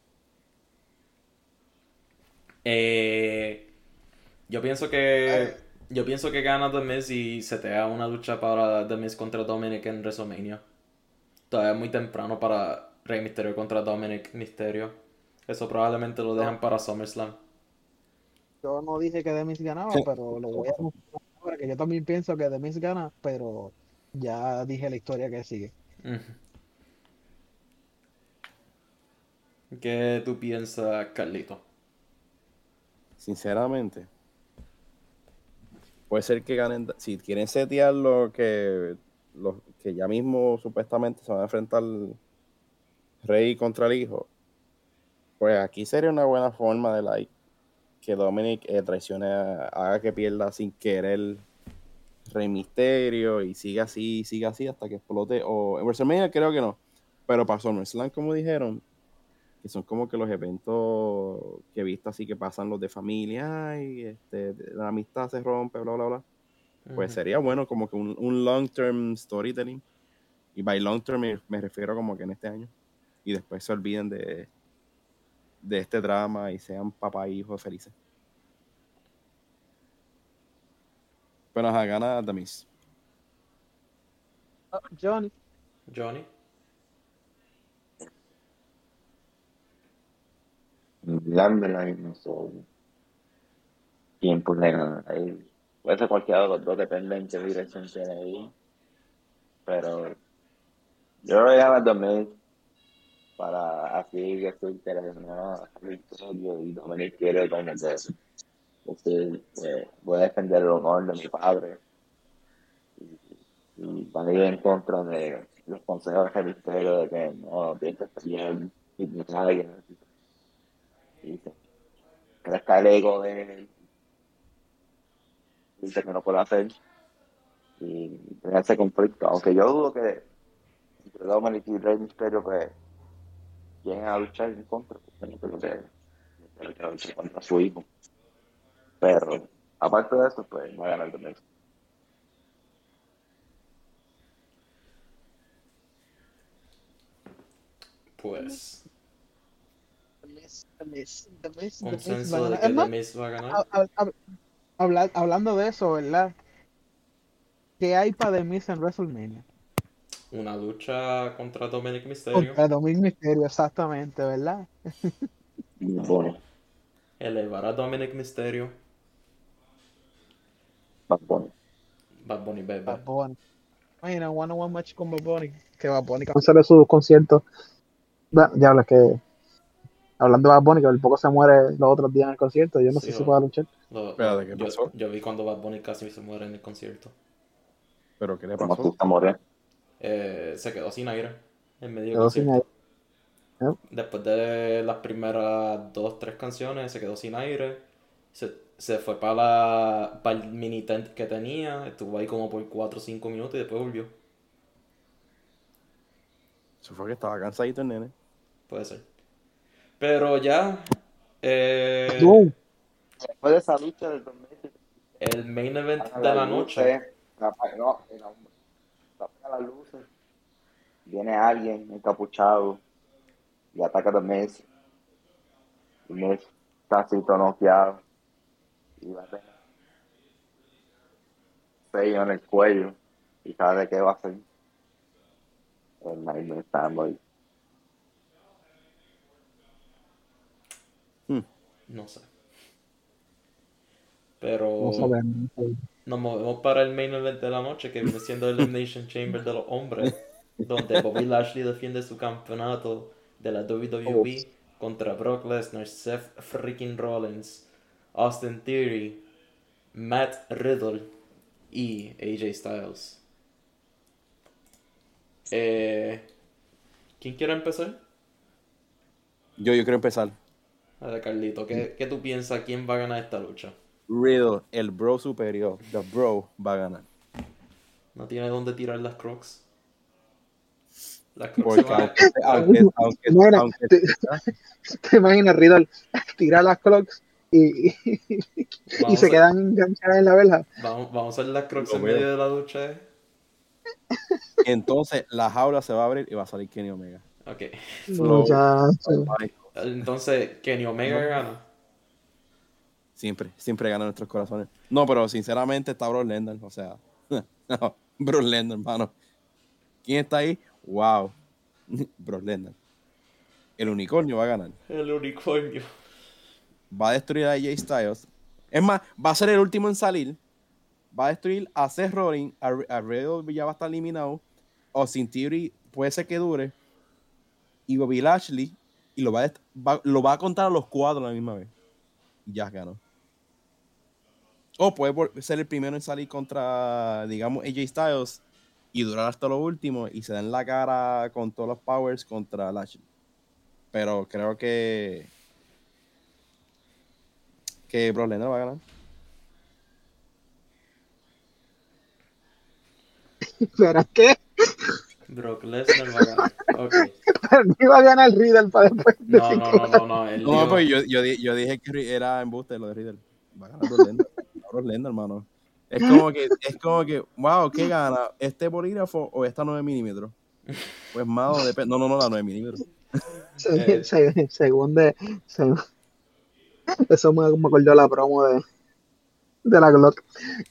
S2: Eh, yo pienso que yo pienso que gana The Miz y se te da una lucha para The Miz contra Dominic en WrestleMania. Todavía es muy temprano para Rey Mysterio contra Dominic Mysterio. Eso probablemente lo dejan
S3: yo,
S2: para SummerSlam.
S3: yo no dije que Demis ganaba, pero lo voy a buscar ahora, que yo también pienso que Demis gana, pero ya dije la historia que sigue.
S2: Ujú. ¿Qué tú piensas, Carlito?
S1: Sinceramente, puede ser que ganen. Si quieren setear lo que, los que ya mismo supuestamente se van a enfrentar Rey contra el hijo, pues aquí sería una buena forma de like, que Dominic eh, traicione, a- haga que pierda sin querer Rey Misterio y siga así, siga así hasta que explote. O en WrestleMania creo que no, pero para SummerSlam, como dijeron, que son como que los eventos que he visto así que pasan los de familia y este, la amistad se rompe, bla, bla, bla. Pues
S2: Ujú.
S1: sería bueno como que un, un long-term storytelling. Y by long-term me, me refiero como que en este año. Y después se olviden de, de este drama y sean papá e hijo felices. Pero ajá, gana The Miz.
S3: Ah, Johnny,
S2: Johnny.
S4: Dándole no sé quién pues le gana ahí. Puede ser cualquiera de los dos, depende en qué dirección tiene ahí. Pero yo creo que gana también para así que su interés no a la historia y Dominic quiere como que decir, eh, voy a defender el honor de mi padre y van a ir en contra de los consejos de misterio de que no tienes que pelear y ni nadie y que crezca el ego de él y dice que no puede hacer y tener ese conflicto, aunque yo dudo que entre Dominic y Rey Mysterio, pues lleguen a luchar en contra, porque no creo que no creo que luche contra su hijo. Pero aparte de eso, pues va a ganar The Miz.
S2: Pues,
S3: The Miz, The Miz, The Miz, The Miz va a
S2: consenso de
S3: ganar.
S2: que
S3: Es
S2: The
S3: más,
S2: Miz va a ganar.
S3: hab- hab- hab- habla- hablando de eso, ¿verdad? ¿Qué hay para The Miz en WrestleMania?
S2: Una lucha contra Dominic Mysterio.
S3: Contra Dominic Mysterio, exactamente, ¿verdad?
S4: Bueno,
S2: Elevar a Dominic Mysterio.
S4: Bad Bunny.
S2: Bad Bunny,
S3: Bad
S2: bebé.
S3: Bunny. Imagina, one on one match con Bad Bunny. Que Bad Bunny cancele sus conciertos. Bueno, ya habla que hablando de Bad Bunny, que el poco se muere los otros días en el concierto. Yo no
S2: Sí,
S3: sé si
S2: o-
S3: pueda luchar.
S2: Lo-
S1: Espérate,
S2: lo-
S1: ¿qué
S2: yo,
S1: pasó?
S2: yo vi cuando Bad Bunny casi se muere en el concierto.
S1: ¿Pero qué le
S4: Como
S1: pasó?
S4: tú, Moreno.
S2: Eh, se quedó sin aire en medio del
S3: Quedó sin
S2: concierto.
S3: aire.
S2: Después de las primeras dos, tres canciones, se quedó sin aire. Se, se fue para la, para el mini tent que tenía. Estuvo ahí como por cuatro o cinco minutos y después volvió.
S1: Eso fue que estaba cansadito el nene.
S2: Puede ser. Pero ya. eh,
S3: Wow.
S4: Después de esa lucha del dos mil diecisiete,
S2: el main event
S4: apagan
S2: de
S4: las
S2: la noche.
S4: luces, apa- no, en la- se apagan las luces, viene alguien encapuchado y ataca a Miz. Y Miz está así todo noqueado y va a tener sello en el cuello y sabe de qué va a hacer el Nightmare Fanboy.
S2: No sé. Pero
S3: No sabemos.
S2: nos movemos para el main event de la noche, que viene siendo el Elimination Chamber de los hombres, donde Bobby Lashley defiende su campeonato de la W W E contra Brock Lesnar, Seth freaking Rollins, Austin Theory, Matt Riddle y A J Styles. Eh, ¿Quién quiere empezar?
S1: Yo, yo quiero empezar.
S2: A ver, Carlito, ¿qué, qué tú piensas? ¿Quién va a ganar esta lucha?
S1: Riddle, el bro superior. The bro va a ganar.
S2: ¿No tiene dónde tirar las crocs? Las crocs se
S1: Porque
S2: van a...
S1: aunque, aunque, aunque,
S3: Mira,
S1: aunque-
S3: te, te imaginas Riddle tirar las clocks y, y, y
S2: Vamos
S3: se
S2: a-
S3: quedan enganchadas en la verja.
S2: Vamos, vamos a hacer las crocs
S1: Lo
S2: en
S1: veo.
S2: medio de la ducha. ¿eh?
S1: entonces la jaula se va a abrir y va a salir Kenny Omega.
S2: Ok.
S1: Flow.
S3: Muchacho.
S1: Ay,
S2: Entonces, Kenny Omega gana.
S1: siempre, siempre gana nuestros corazones. No, pero sinceramente está Brock Lesnar. O sea, no, Brock Lesnar, hermano. ¿Quién está ahí? Wow. Brock Lesnar. El unicornio va a ganar.
S2: El unicornio.
S1: Va a destruir a A J Styles. Es más, va a ser el último en salir. Va a destruir a Seth Rollins. A, a Riddle ya va a estar eliminado. Austin Theory puede ser que dure. Y Bobby Lashley. Y lo va, a, dest- va- lo va a contar a los cuatro a la misma vez. Y ya ganó. O puede vol- ser el primero en salir contra, digamos, A J Styles. Y durar hasta lo último. Y se dan la cara con todos los powers contra Lashley. Pero creo que. Que Brock Lesnar va a ganar.
S3: ¿Pero qué?
S2: Brock Lesnar va a ganar. Ok.
S3: Para mí va a ganar Riddle para después
S2: No,
S3: decir
S2: no,
S3: que
S2: no, no, no. Él
S1: No,
S2: dijo-
S1: pues yo, yo, di- yo dije que era embuste lo de Riddle. Va a ganar Brock Lesnar. Brock Lesnar, hermano. Es como que, es como que, wow, ¿qué gana? ¿Este bolígrafo o esta nueve milímetros? Pues, mano, depende. No, no, no, la nueve milímetros.
S3: se-
S2: Eh.
S3: se- según de según- eso me, me acordó la promo de de la Glock.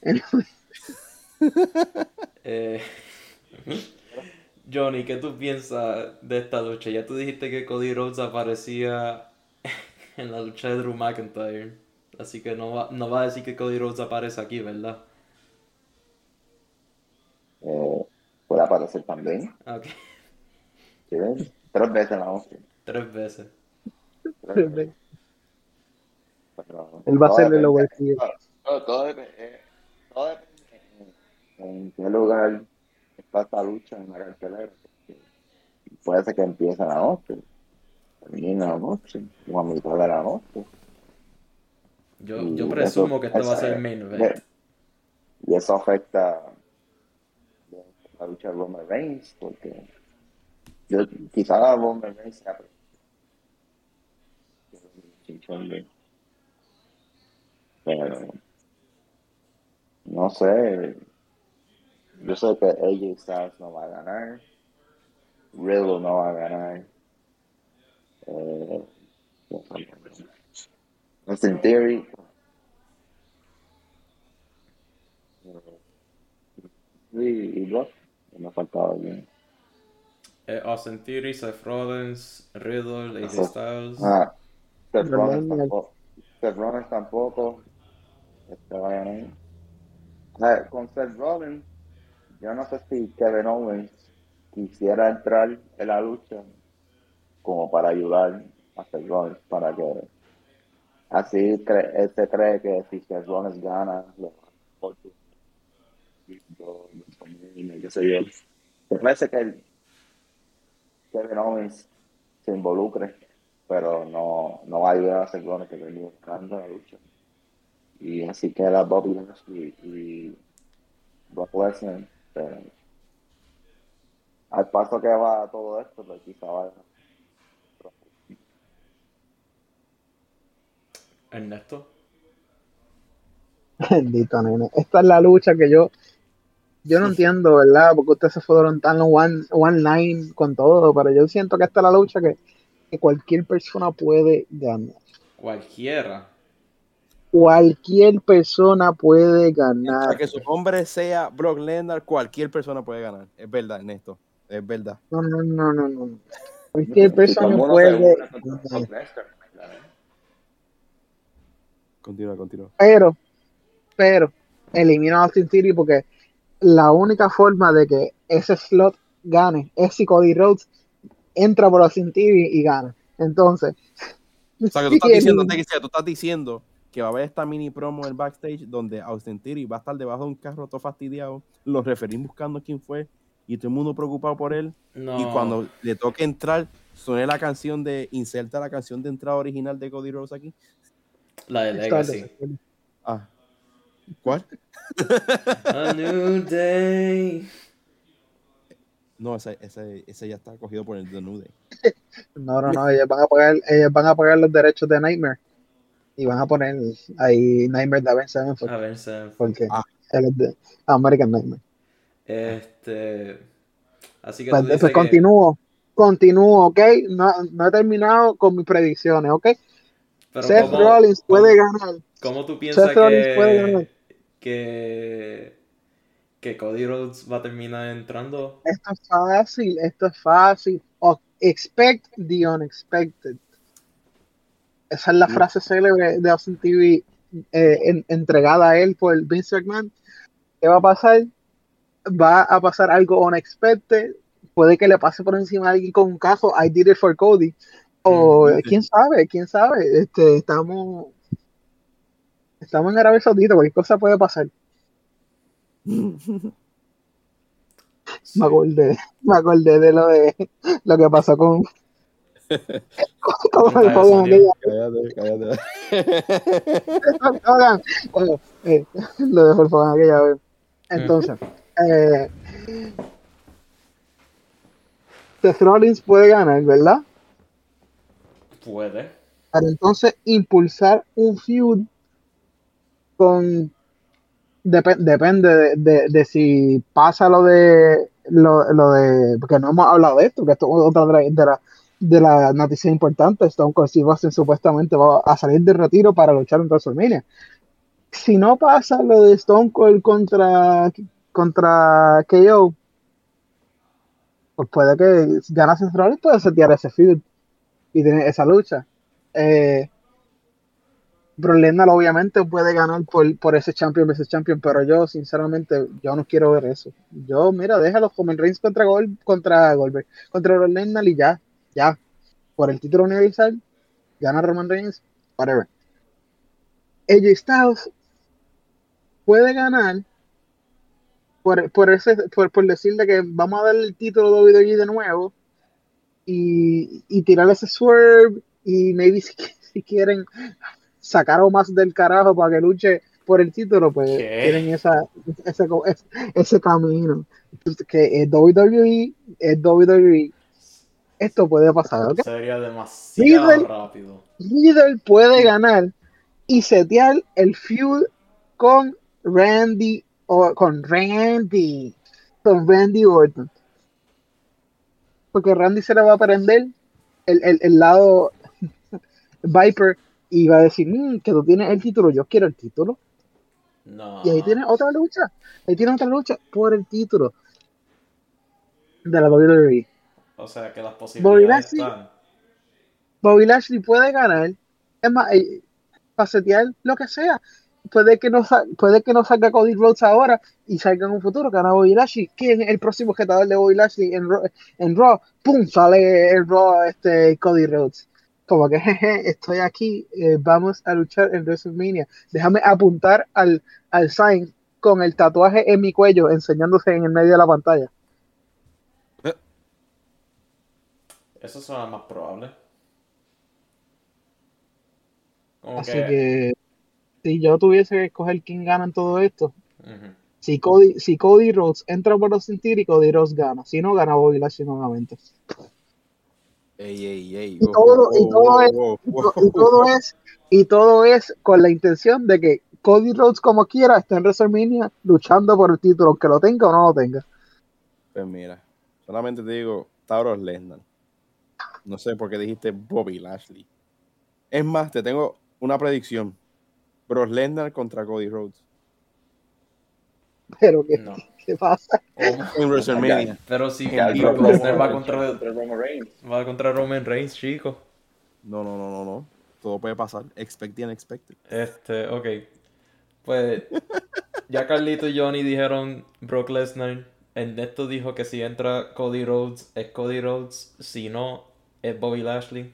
S2: Eh, Johnny, ¿qué tú piensas de esta lucha? Ya tú dijiste que Cody Rhodes aparecía en la lucha de Drew McIntyre. Así que no va, no va a decir que Cody Rhodes aparece aquí, ¿verdad?
S4: Eh, puede aparecer también.
S2: Ok.
S4: ¿Sí ven? Tres veces en la noche.
S2: Tres veces.
S4: Tres veces. Pero
S3: Él va a
S4: todo
S3: hacerle lo
S4: depende-
S3: que
S4: todo- todo- todo depende eh, todo depende en, en qué lugar está esta lucha en la cartelera. Porque puede ser que empiece en la noche, termine en la noche, o a mitad de la noche.
S2: Yo,
S4: Y
S2: yo presumo
S4: eso-
S2: que este va a
S4: eso-
S2: ser el main event.
S4: Y eso afecta la lucha de Roman Reigns, porque Yo, quizá Roman Reigns sea chinchón, pero no sé. Yo sé que A J Styles no va a ganar, Riddle no va a ganar, eh, Austin Theory, y, y Brock, me ha faltado alguien.
S2: Eh, Austin Theory, Seth Rollins, Riddle, A J Styles.
S4: Ah, Seth
S3: Rollins
S4: Rollins tampoco. Seth Rollins tampoco. Este va a ganar. Ah, con Seth Rollins, yo no sé si Kevin Owens quisiera entrar en la lucha como para ayudar a Seth Rollins, para que así cre él se cree que si Seth Rollins gana, lo qué sé yo. Me parece que el, Kevin Owens se involucre, pero no, no va a ayudar a Seth Rollins que venía buscando la lucha. Y así queda Bobby Lashley y Brock Lesnar. Pero al paso que va todo esto, pues quizá va.
S2: Ernesto.
S3: Bendito, nene. Esta es la lucha que yo, yo no entiendo, ¿verdad? Porque ustedes se fueron tan one, one line con todo, pero yo siento que esta es la lucha que, que cualquier persona puede ganar.
S2: Cualquiera.
S3: Cualquier persona puede ganar.
S1: Mientras que su nombre sea Brock Lesnar, cualquier persona puede ganar. Es verdad, Ernesto. Es verdad.
S3: No, no, no, no, no. Cualquier
S4: Si
S3: persona
S4: todo el mundo se
S3: puede
S4: une contra
S3: ganar.
S4: Brock Lesnar, ¿verdad?
S1: Continúa, continúa.
S3: Pero, pero, elimina a Austin Theory porque la única forma de que ese slot gane es si Cody Rhodes entra por Austin Theory y gana. Entonces,
S1: O sea, que tú estás diciendo, te decía, tú estás diciendo que va a haber esta mini promo en el backstage donde Austin Theory va a estar debajo de un carro todo fastidiado, los referís buscando quién fue y todo el mundo preocupado por él.
S2: No.
S1: Y cuando le toque entrar, suene la canción de, inserta la canción de entrada original de Cody Rhodes aquí.
S2: La de Legacy.
S1: Ah, ¿cuál?
S2: A New Day.
S1: No, ese, ese, ese ya está cogido por el The New Day.
S3: No, no, no, ellos van a pagar, ellos van a pagar los derechos de Nightmare y van a poner ahí Nightmare de Avenged Sevenfold.
S2: A ver, se...
S3: Porque
S1: Ah.
S3: él es de American Nightmare.
S2: Este. Así que
S3: Pues,
S2: tú dices
S3: pues
S2: que.
S3: continúo, continúo, ¿ok? No, no he terminado con mis predicciones, ¿ok?
S2: Pero
S3: Seth
S2: ¿cómo,
S3: Rollins puede
S2: cómo,
S3: ganar.
S2: ¿Cómo tú piensas
S3: Seth Rollins puede ganar.
S2: que, que. que Cody Rhodes va a terminar entrando?
S3: Esto es fácil, esto es fácil. Oh, expect the unexpected. Esa es la
S1: Sí.
S3: frase célebre de Austin T V eh, en, entregada a él por Vince McMahon. ¿Qué va a pasar? Va a pasar algo unexpected. Puede que le pase por encima a alguien con un cajo. I did it for Cody. O
S1: Mm.
S3: quién sabe, quién sabe. Este, estamos, estamos en Arabia Saudita, cualquier cosa puede pasar.
S2: Sí.
S3: Me acordé, me acordé de lo de lo que pasó con, con,
S2: Con
S3: el
S2: Taya
S3: Hogan
S2: Sandler.
S3: aquella
S1: Cállate, cállate.
S3: Hogan, bueno, eh, lo de Hulk Hogan aquella vez. Entonces, eh, Seth Rollins puede ganar, ¿verdad?
S2: Puede.
S3: Para entonces impulsar un feud con dep- depende de, de, de si pasa lo de lo, lo de porque no hemos hablado de esto, que esto es otra de la, de la, de la noticia importante. Stone Cold Steve Austin supuestamente va a salir de retiro para luchar en WrestleMania. Si no pasa lo de Stone Cold contra contra K O, pues puede que gana Seth Rollins, puede setear ese feud y tener esa lucha. Eh, Brock Lesnar obviamente puede ganar por, por ese champion versus champion, pero yo sinceramente yo no quiero ver eso. Yo, mira, déjalo como el Reigns contra Gol, contra Goldberg, contra Brock Lesnar y ya, ya. Por el título universal, gana Roman Reigns, whatever. A J Styles puede ganar por, por ese, por, por decirle que vamos a darle el título de W W E de nuevo y, y tirar ese swerve y maybe si, si quieren sacar o más del carajo para que luche por el título, pues
S2: ¿Qué?
S3: tienen esa, ese, ese, ese camino. Entonces, que es W W E, es W W E. esto puede pasar, ¿ok?
S2: Sería demasiado
S3: Riddle,
S2: rápido.
S3: Riddle puede ganar y setear el feud con Randy o con Randy, con Randy Orton. Porque Randy se le va a prender el, el, el lado Viper y va a decir, mmm, que tú tienes el título, yo quiero el título.
S2: No.
S3: Y ahí tienes otra lucha, ahí tienes otra lucha por el título de la W W E.
S2: O sea que las
S3: Bobby
S2: posibilidades
S3: Lashley,
S2: están.
S3: Bobby Lashley puede ganar, es más, eh, para setear lo que sea. Puede que, no, sa- puede que no salga Cody Rhodes ahora y salga en un futuro, gana Bobby Lashley. ¿Quién es el próximo jetador de Bobby Lashley en, Raw- en Raw? ¡Pum! Sale en Raw este, Cody Rhodes. Como que, jeje, estoy aquí, eh, vamos a luchar en WrestleMania. Déjame apuntar al, al sign con el tatuaje en mi cuello, enseñándose en el medio de la pantalla.
S2: Eso suena más probable. Como
S3: Así
S2: que.
S3: que, si yo tuviese que escoger quién gana en todo esto,
S2: Ujú.
S3: si Cody, si Cody Rhodes entra por los sentir y Cody Rhodes gana, si no, gana Bobby Lashley nuevamente.
S1: Ey, ey, ey.
S3: Y
S1: Wow,
S3: todo, y
S1: wow,
S3: todo es,
S1: wow,
S3: y,
S1: wow,
S3: to- y todo
S1: wow.
S3: es, y todo es con la intención de que Cody Rhodes como quiera esté en WrestleMania luchando por el título, aunque lo tenga o no lo tenga.
S1: Pues mira, solamente te digo Tauros Lesnar. No sé por qué dijiste Bobby Lashley. Es más, te tengo una predicción. Brock Lesnar contra Cody Rhodes
S3: Pero ¿qué,
S2: No.
S3: qué, qué pasa?
S2: ¿Cómo?
S1: en WrestleMania.
S2: Pero si
S4: Ya
S1: En
S4: el
S1: vivo.
S2: Brock
S4: Brock
S2: Lesnar va
S4: Lesnar
S2: contra,
S4: contra Roman Reigns.
S2: va contra Roman Reigns, chico.
S1: No, no, no, no, no. Todo puede pasar. Expect the unexpected.
S2: Este, ok. Pues ya Carlito y Johnny dijeron Brock Lesnar. Ernesto dijo que si entra Cody Rhodes es Cody Rhodes. Si no, es Bobby Lashley.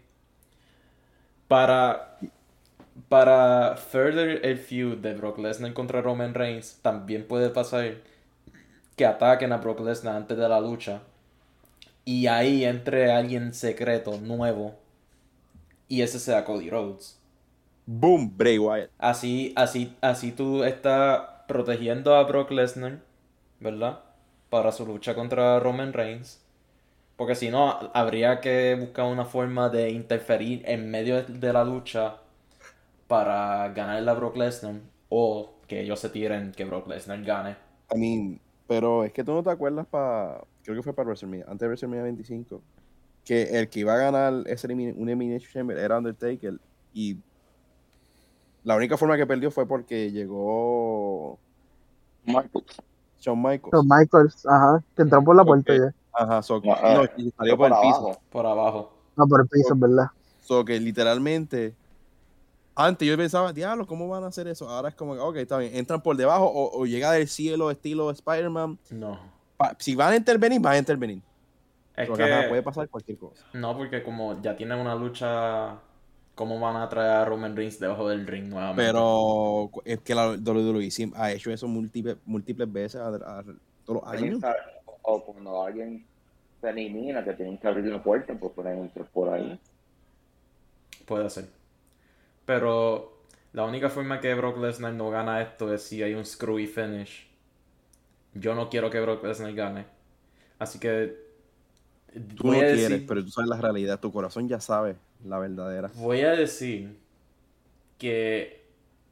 S2: Para, para further el feud de Brock Lesnar contra Roman Reigns, también puede pasar que ataquen a Brock Lesnar antes de la lucha. Y ahí entre alguien secreto, nuevo. Y ese sea Cody Rhodes.
S1: Boom, Bray Wyatt.
S2: Así, así, así tú estás protegiendo a Brock Lesnar, ¿verdad? Para su lucha contra Roman Reigns. Porque si no, habría que buscar una forma de interferir en medio de la lucha para ganarle a Brock Lesnar. O que ellos se tiren, que Brock Lesnar gane.
S1: I mean, pero es que tú no te acuerdas para. Creo que fue para WrestleMania, antes de WrestleMania veinticinco. Que el que iba a ganar ese elimin un Elimination Chamber era Undertaker. Y la única forma que perdió fue porque llegó
S4: Michaels.
S1: Shawn Michaels.
S3: Los Michaels, ajá, que entró por la puerta
S1: Okay.
S3: ya.
S1: Ajá, so,
S4: No,
S1: no,
S4: eh,
S1: y
S4: fue
S1: salió por
S4: por
S1: el piso.
S4: abajo.
S2: Por abajo.
S3: No, por el piso, es verdad.
S1: So que literalmente, antes yo pensaba, diablo, ¿cómo van a hacer eso? Ahora es como, ok, está bien, entran por debajo o, o llega del cielo estilo Spider-Man.
S2: No.
S1: Pa- Si van a intervenir, van a intervenir.
S2: Es
S1: Porque, ajá, puede
S2: que...
S1: pasar cualquier cosa.
S2: No, porque como ya tienen una lucha... ¿Cómo van a traer a Roman Reigns debajo del ring nuevamente?
S1: Pero es que la W W E siempre ha hecho eso múltiples, múltiples veces a, a- todos los
S4: Alguien
S1: años.
S4: sabe, o cuando alguien se elimina, que tienen que abrir la puerta, pues pueden entrar por ahí.
S2: Puede ser. Pero la única forma que Brock Lesnar no gana esto es si hay un screwy finish. Yo no quiero que Brock Lesnar gane. Así que
S1: Tú
S2: voy
S1: no
S2: a
S1: quieres,
S2: decir,
S1: pero tú sabes la realidad. Tu corazón ya sabe la verdadera.
S2: voy a decir que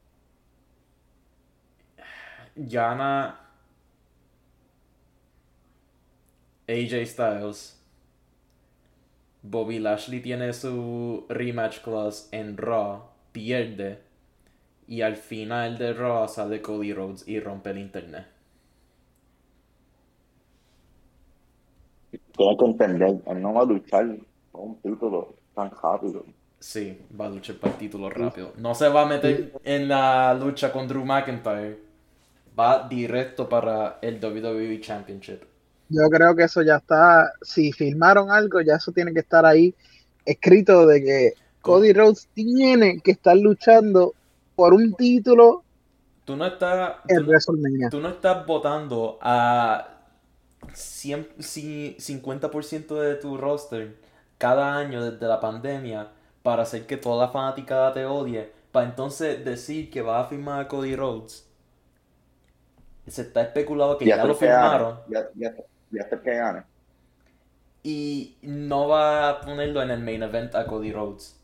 S2: gana A J Styles. Bobby Lashley tiene su rematch clause en Raw, pierde y al final de Raw sale Cody Rhodes y rompe el internet.
S4: Tiene que entender, él no va a luchar con un título tan rápido.
S2: Sí, va a luchar para el título rápido. No se va a meter en la lucha con Drew McIntyre. Va directo para el W W E Championship.
S3: Yo creo que eso ya está, si filmaron algo, ya eso tiene que estar ahí escrito de que Cody Rhodes tiene que estar luchando por un título
S2: Tú no estás, tú
S3: en
S2: no,
S3: WrestleMania.
S2: tú no estás votando a cien, si- cincuenta por ciento de tu roster cada año desde la pandemia para hacer que toda la fanaticada te odie, para entonces decir que vas a firmar a Cody Rhodes. Se está especulado que
S4: Y
S2: ya
S4: hasta
S2: lo
S4: el que gane,
S2: firmaron.
S4: y hasta- y hasta- y hasta el que gane.
S2: Y no va a ponerlo en el main event a Cody Rhodes.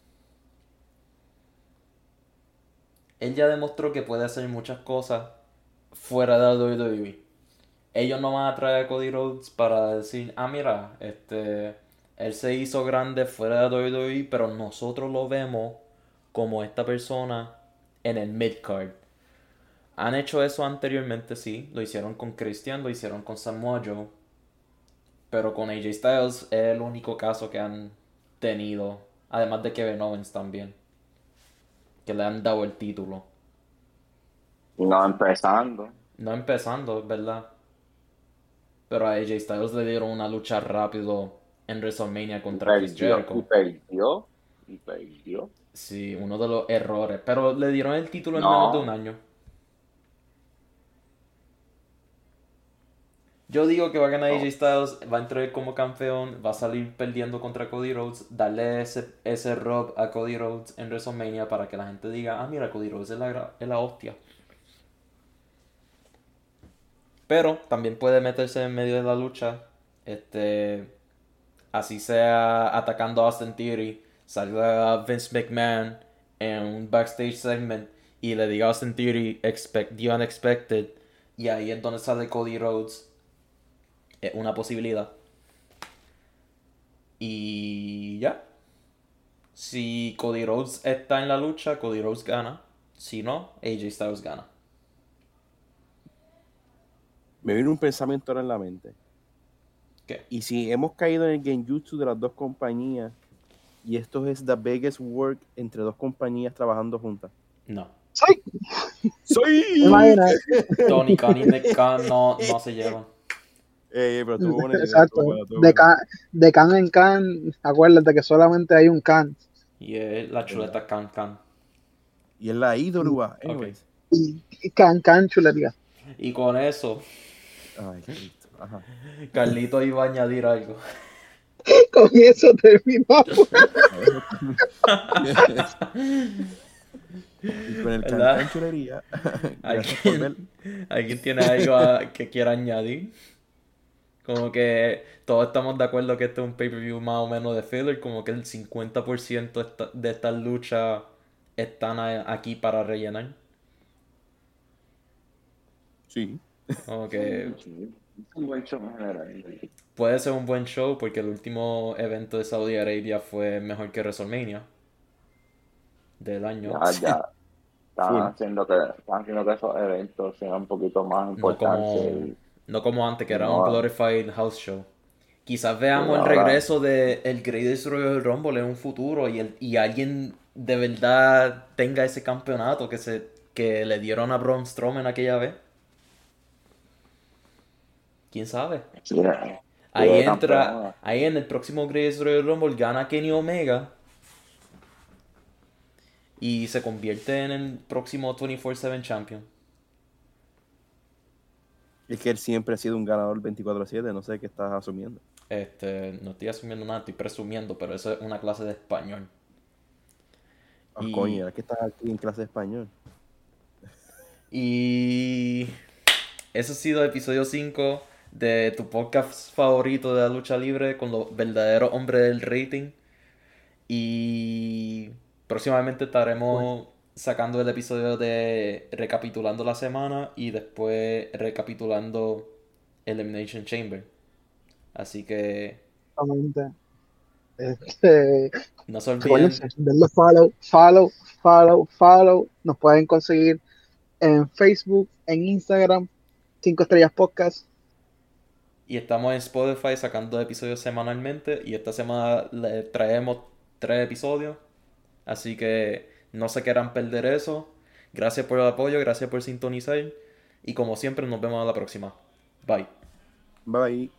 S2: Él ya demostró que puede hacer muchas cosas fuera de la W W E. Ellos no van a traer a Cody Rhodes para decir, ah, mira, este, él se hizo grande fuera de la W W E, pero nosotros lo vemos como esta persona en el mid-card. Han hecho eso anteriormente, sí. Lo hicieron con Christian, lo hicieron con Samoa Joe. Pero con A J Styles es el único caso que han tenido. Además de Kevin Owens también. Que le han dado el título.
S4: No empezando.
S2: No empezando, es verdad. Pero a A J Styles le dieron una lucha rápido en WrestleMania contra Chris
S4: Perdió, y
S2: Jericho.
S4: perdió, y perdió.
S2: Sí, uno de los errores. Pero le dieron el título en
S4: No.
S2: menos de un año. Yo digo que va a ganar
S4: No.
S2: A J Styles, va a entrar como campeón, va a salir perdiendo contra Cody Rhodes, darle ese, ese rub a Cody Rhodes en WrestleMania para que la gente diga, ah, mira, Cody Rhodes es la, gra- es la hostia. Pero también puede meterse en medio de la lucha, este, así sea atacando a Austin Theory, salga a Vince McMahon en un backstage segment y le diga a Austin Theory, expect the unexpected, y ahí es donde sale Cody Rhodes. Es una posibilidad. Y ya. Si Cody Rhodes está en la lucha, Cody Rhodes gana. Si no, A J Styles gana.
S1: Me viene un pensamiento ahora en la mente.
S2: ¿Qué?
S1: Y si hemos caído en el genjutsu de las dos compañías, y esto es the biggest work entre dos compañías trabajando juntas.
S2: No.
S3: ¡Sí!
S1: ¡Soy!
S3: Imagina.
S2: Tony Khan y Nick Khan no, no se llevan.
S1: Eh, pero estuvo buena idea,
S3: Exacto.
S1: estuvo buena, estuvo
S3: De,
S1: buena.
S3: can, de can en can, acuérdate que solamente hay un can.
S2: Y es la chuleta Khan Khan.
S1: Y es la I W A. Anyways.
S3: Y, y can can chulería.
S2: Y con eso,
S1: Ay, Cristo. Ajá.
S2: Carlito iba a añadir algo.
S3: Con eso terminamos.
S1: Y con el
S2: ¿Verdad?
S1: cantán chulería. Gracias por ver.
S2: ¿Alguien, ¿Alguien tiene algo a- que quiera añadir? Como que todos estamos de acuerdo que este es un pay-per-view más o menos de filler, como que el cincuenta por ciento esta- de estas luchas están a- aquí para rellenar.
S1: Sí.
S2: Como que
S4: Sí, es un buen show en general.
S2: puede ser un buen show porque el último evento de Saudi Arabia fue mejor que WrestleMania del año.
S4: Ya, ya. Están
S1: Full.
S4: haciendo que, están haciendo que esos eventos sean un poquito más
S2: No
S4: importantes.
S2: como,
S4: y-
S2: no como antes, que era
S4: No.
S2: un glorified house show. Quizás veamos el
S4: ahora-
S2: regreso de el Greatest Royal Rumble en un futuro y, el, y alguien de verdad tenga ese campeonato que se que le dieron a Braun Strowman aquella vez. ¿Quién sabe?
S4: Sí, eh,
S2: Ahí
S4: de
S2: entra,
S4: campeón.
S2: ahí en el próximo Greatest Royal Rumble gana Kenny Omega y se convierte en el próximo veinticuatro siete Champion.
S1: Es que él siempre ha sido un ganador veinticuatro siete. No sé qué estás asumiendo.
S2: Este, no estoy asumiendo nada, estoy presumiendo, pero eso es una clase de español.
S1: Ah,
S2: Y-
S1: coño, era que estás aquí en clase de español.
S2: Y ese ha sido el episodio cinco de tu podcast favorito de la lucha libre con los verdaderos hombres del rating. Y próximamente estaremos sacando el episodio de recapitulando la semana y después recapitulando Elimination Chamber. Así que
S3: Exactamente. Este,
S2: no se olviden.
S3: acuérdense, denle follow, follow, follow, follow. Nos pueden conseguir en Facebook, en Instagram, cinco estrellas podcast.
S2: Y estamos en Spotify sacando episodios semanalmente. Y esta semana le traemos tres episodios. Así que no se quieran perder eso. Gracias por el apoyo, gracias por sintonizar. Y como siempre, nos vemos a la próxima. Bye.
S1: Bye bye.